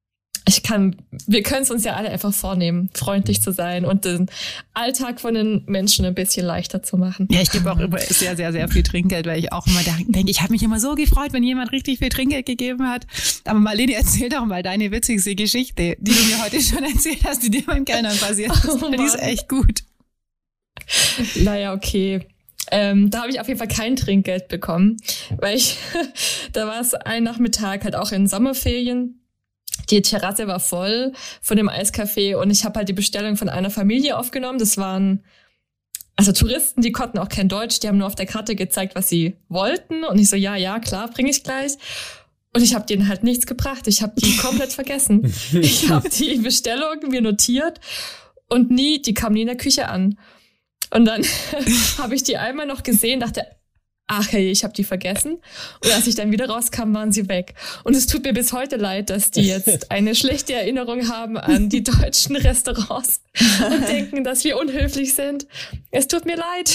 ich kann, wir können es uns ja alle einfach vornehmen, freundlich zu sein und den Alltag von den Menschen ein bisschen leichter zu machen. Ja, ich gebe auch immer sehr, sehr, sehr viel Trinkgeld, weil ich auch immer denke, ich habe mich immer so gefreut, wenn jemand richtig viel Trinkgeld gegeben hat. Aber Marlene, erzähl doch mal deine witzigste Geschichte, die du mir heute schon erzählt hast, die dir beim Kellnern passiert ist. Oh, die ist echt gut. Naja, okay. Ähm, da habe ich auf jeden Fall kein Trinkgeld bekommen, weil ich, da war es ein Nachmittag halt auch in Sommerferien. Die Terrasse war voll von dem Eiscafé und ich habe halt die Bestellung von einer Familie aufgenommen. Das waren also Touristen, die konnten auch kein Deutsch, die haben nur auf der Karte gezeigt, was sie wollten. Und ich so, ja, ja, klar, bringe ich gleich. Und ich habe denen halt nichts gebracht. Ich habe die komplett vergessen. Ich habe die Bestellung mir notiert und nie, die kam nie in der Küche an. Und dann habe ich die einmal noch gesehen, dachte, ach hey, ich habe die vergessen. Und als ich dann wieder rauskam, waren sie weg. Und es tut mir bis heute leid, dass die jetzt eine schlechte Erinnerung haben an die deutschen Restaurants und denken, dass wir unhöflich sind. Es tut mir leid.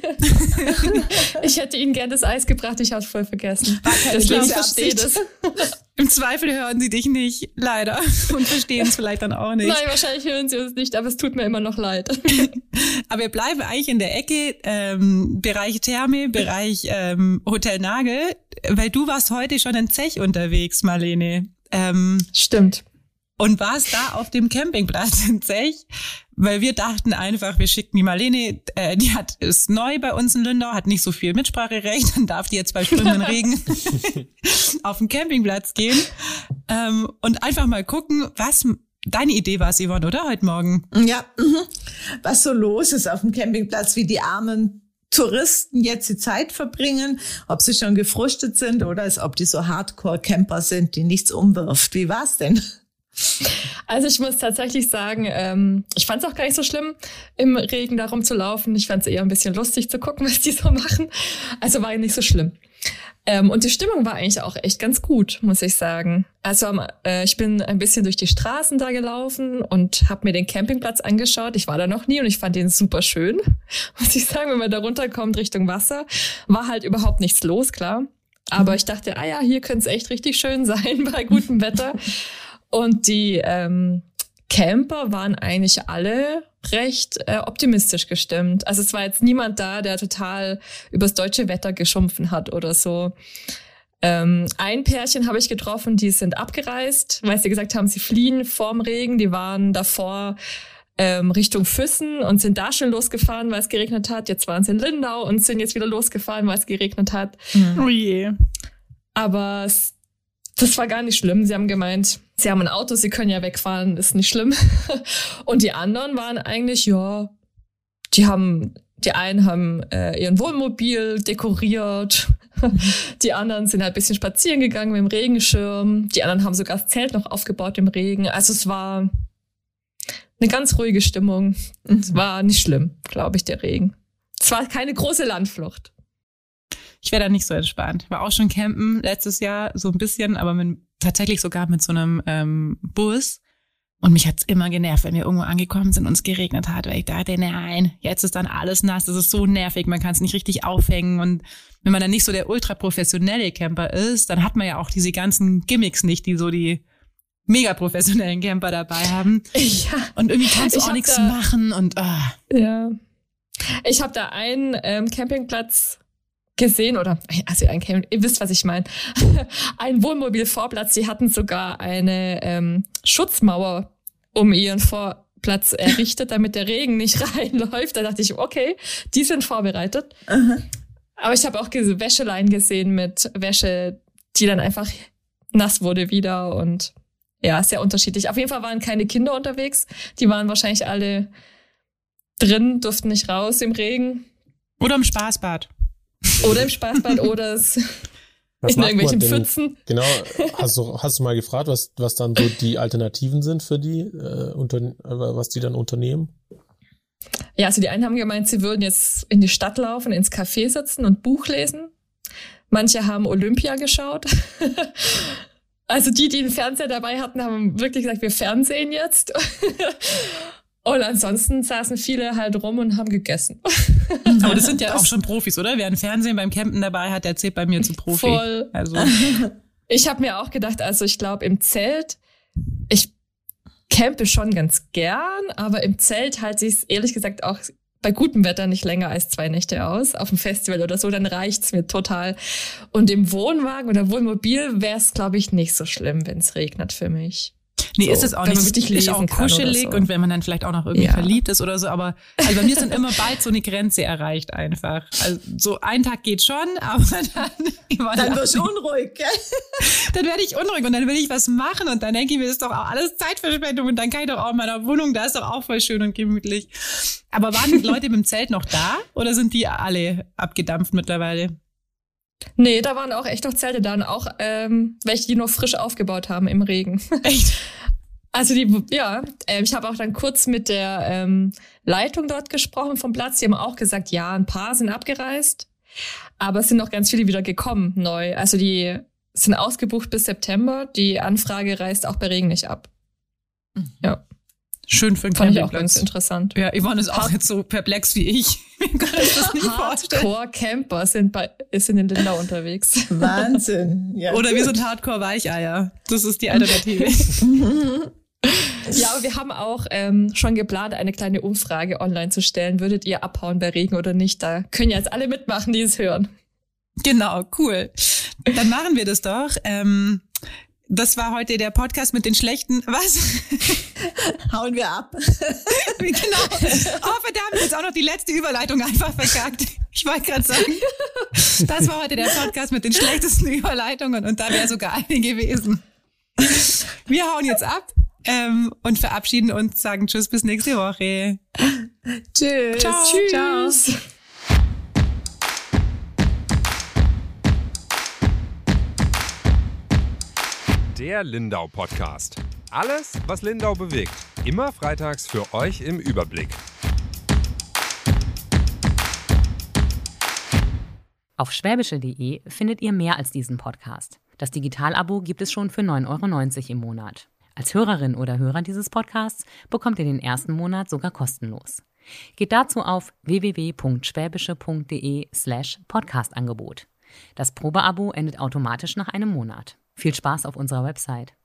Ich hätte ihnen gern das Eis gebracht, ich habe es voll vergessen. Deswegen verstehe ich das. Im Zweifel hören sie dich nicht, leider. Und verstehen es vielleicht dann auch nicht. Nein, wahrscheinlich hören sie uns nicht, aber es tut mir immer noch leid. Aber wir bleiben eigentlich in der Ecke, ähm, Bereich Therme, Bereich ähm, Hotel Nagel, weil du warst heute schon in Zech unterwegs, Marlene. Ähm, Stimmt. Und warst da auf dem Campingplatz in Zech, weil wir dachten einfach, wir schicken die Marlene, äh, die hat ist neu bei uns in Lindau, hat nicht so viel Mitspracherecht, dann darf die jetzt bei strömenden Regen auf den Campingplatz gehen ähm, und einfach mal gucken, was deine Idee war, Yvonne, oder heute Morgen? Ja, was so los ist auf dem Campingplatz, wie die armen Touristen jetzt die Zeit verbringen, ob sie schon gefrustet sind oder als ob die so Hardcore-Camper sind, die nichts umwirft. Wie war's denn? Also ich muss tatsächlich sagen, ähm, ich fand es auch gar nicht so schlimm, im Regen da rumzulaufen. Ich fand es eher ein bisschen lustig zu gucken, was die so machen. Also war nicht so schlimm. Ähm, und die Stimmung war eigentlich auch echt ganz gut, muss ich sagen. Also äh, ich bin ein bisschen durch die Straßen da gelaufen und habe mir den Campingplatz angeschaut. Ich war da noch nie und ich fand den super schön, muss ich sagen. Wenn man da runterkommt Richtung Wasser, war halt überhaupt nichts los, klar. Aber ich dachte, ah ja, hier könnte es echt richtig schön sein bei gutem Wetter. Und die ähm, Camper waren eigentlich alle recht äh, optimistisch gestimmt. Also es war jetzt niemand da, der total übers deutsche Wetter geschumpfen hat oder so. Ähm, ein Pärchen habe ich getroffen, die sind abgereist, weil sie gesagt haben, sie fliehen vorm Regen. Die waren davor ähm, Richtung Füssen und sind da schon losgefahren, weil es geregnet hat. Jetzt waren sie in Lindau und sind jetzt wieder losgefahren, weil es geregnet hat. Mhm. Oh je. Aber es Das war gar nicht schlimm. Sie haben gemeint, sie haben ein Auto, sie können ja wegfahren, ist nicht schlimm. Und die anderen waren eigentlich, ja, die haben, die einen haben äh, ihren Wohnmobil dekoriert, die anderen sind halt ein bisschen spazieren gegangen mit dem Regenschirm, die anderen haben sogar das Zelt noch aufgebaut im Regen. Also es war eine ganz ruhige Stimmung. Es war nicht schlimm, glaube ich, der Regen. Es war keine große Landflucht. Ich wäre da nicht so entspannt. Ich war auch schon campen letztes Jahr, so ein bisschen, aber mit, tatsächlich sogar mit so einem ähm, Bus. Und mich hat's immer genervt, wenn wir irgendwo angekommen sind und es geregnet hat, weil ich dachte, nein, jetzt ist dann alles nass, das ist so nervig, man kann es nicht richtig aufhängen. Und wenn man dann nicht so der ultra professionelle Camper ist, dann hat man ja auch diese ganzen Gimmicks nicht, die so die mega professionellen Camper dabei haben. Ja. Und irgendwie kannst du Ich auch hab nichts da- machen und ah. Ja. Ich habe da einen ähm, Campingplatz gesehen oder, also ein Camp, ihr wisst, was ich meine. Ein Wohnmobil-Vorplatz, die hatten sogar eine ähm, Schutzmauer um ihren Vorplatz errichtet, damit der Regen nicht reinläuft. Da dachte ich, okay, die sind vorbereitet. Aha. Aber ich habe auch ges- Wäscheleien gesehen mit Wäsche, die dann einfach nass wurde wieder und ja, sehr unterschiedlich. Auf jeden Fall waren keine Kinder unterwegs. Die waren wahrscheinlich alle drin, durften nicht raus im Regen. Oder im Spaßbad. Oder im Spaßbad oder es Was in macht man irgendwelchen denn? Pfützen. Genau, hast du, hast du mal gefragt, was, was dann so die Alternativen sind für die, äh, unter, äh, was die dann unternehmen? Ja, also die einen haben gemeint, sie würden jetzt in die Stadt laufen, ins Café sitzen und Buch lesen. Manche haben Olympia geschaut. Also die, die einen Fernseher dabei hatten, haben wirklich gesagt, wir fernsehen jetzt. Und ansonsten saßen viele halt rum und haben gegessen. Aber das sind ja auch schon Profis, oder? Wer ein Fernsehen beim Campen dabei hat, der zählt bei mir zu Profi. Voll. Also Ich habe mir auch gedacht, also ich glaube im Zelt, ich campe schon ganz gern, aber im Zelt halte ich es ehrlich gesagt auch bei gutem Wetter nicht länger als zwei Nächte aus. Auf dem Festival oder so, dann reicht's mir total. Und im Wohnwagen oder Wohnmobil wäre es, glaube ich, nicht so schlimm, wenn es regnet für mich. Nee, so, ist es auch wenn nicht. Man wirklich ist auch kuschelig so. Und wenn man dann vielleicht auch noch irgendwie ja. verliebt ist oder so. Aber also bei mir ist dann immer bald so eine Grenze erreicht einfach. Also so ein Tag geht schon, aber dann... Dann wirst du unruhig, gell? Dann werde ich unruhig und dann will ich was machen und dann denke ich mir, das ist doch auch alles Zeitverschwendung und dann kann ich doch auch in meiner Wohnung, da ist doch auch voll schön und gemütlich. Aber waren die Leute mit dem Zelt noch da oder sind die alle abgedampft mittlerweile? Nee, da waren auch echt noch Zelte da und auch ähm, welche, die noch frisch aufgebaut haben im Regen. Echt? Also die, ja, äh, ich habe auch dann kurz mit der ähm, Leitung dort gesprochen vom Platz. Die haben auch gesagt, ja, ein paar sind abgereist, aber es sind noch ganz viele wieder gekommen neu. Also die sind ausgebucht bis September. Die Anfrage reißt auch bei Regen nicht ab. Mhm. Ja. Schön für einen Fand ich auch Campingplatz. ganz interessant. Ja, Yvonne ist auch jetzt so perplex wie ich. Ich kann ich das nicht vorstellen. Hardcore-Camper sind, bei, sind in Lindau unterwegs. Wahnsinn. Ja, Oder gut. wir sind Hardcore-Weicheier. Das ist die Alternative. Ja, aber wir haben auch ähm, schon geplant, eine kleine Umfrage online zu stellen. Würdet ihr abhauen bei Regen oder nicht? Da können jetzt alle mitmachen, die es hören. Genau, cool. Dann machen wir das doch. Ähm, das war heute der Podcast mit den schlechten, was? Hauen wir ab. Genau. Oh verdammt, jetzt auch noch die letzte Überleitung einfach verkackt. Ich wollte gerade sagen, das war heute der Podcast mit den schlechtesten Überleitungen und da wäre sogar eine gewesen. Wir hauen jetzt ab ähm, und verabschieden uns, sagen Tschüss, bis nächste Woche. Tschüss. Ciao. Tschüss. Ciao. Der Lindau-Podcast. Alles, was Lindau bewegt. Immer freitags für euch im Überblick. Auf schwäbische punkt de findet ihr mehr als diesen Podcast. Das Digital-Abo gibt es schon für neun Euro neunzig im Monat. Als Hörerin oder Hörer dieses Podcasts bekommt ihr den ersten Monat sogar kostenlos. Geht dazu auf w w w punkt schwäbische punkt de slash Podcastangebot. Das Probeabo endet automatisch nach einem Monat. Viel Spaß auf unserer Website.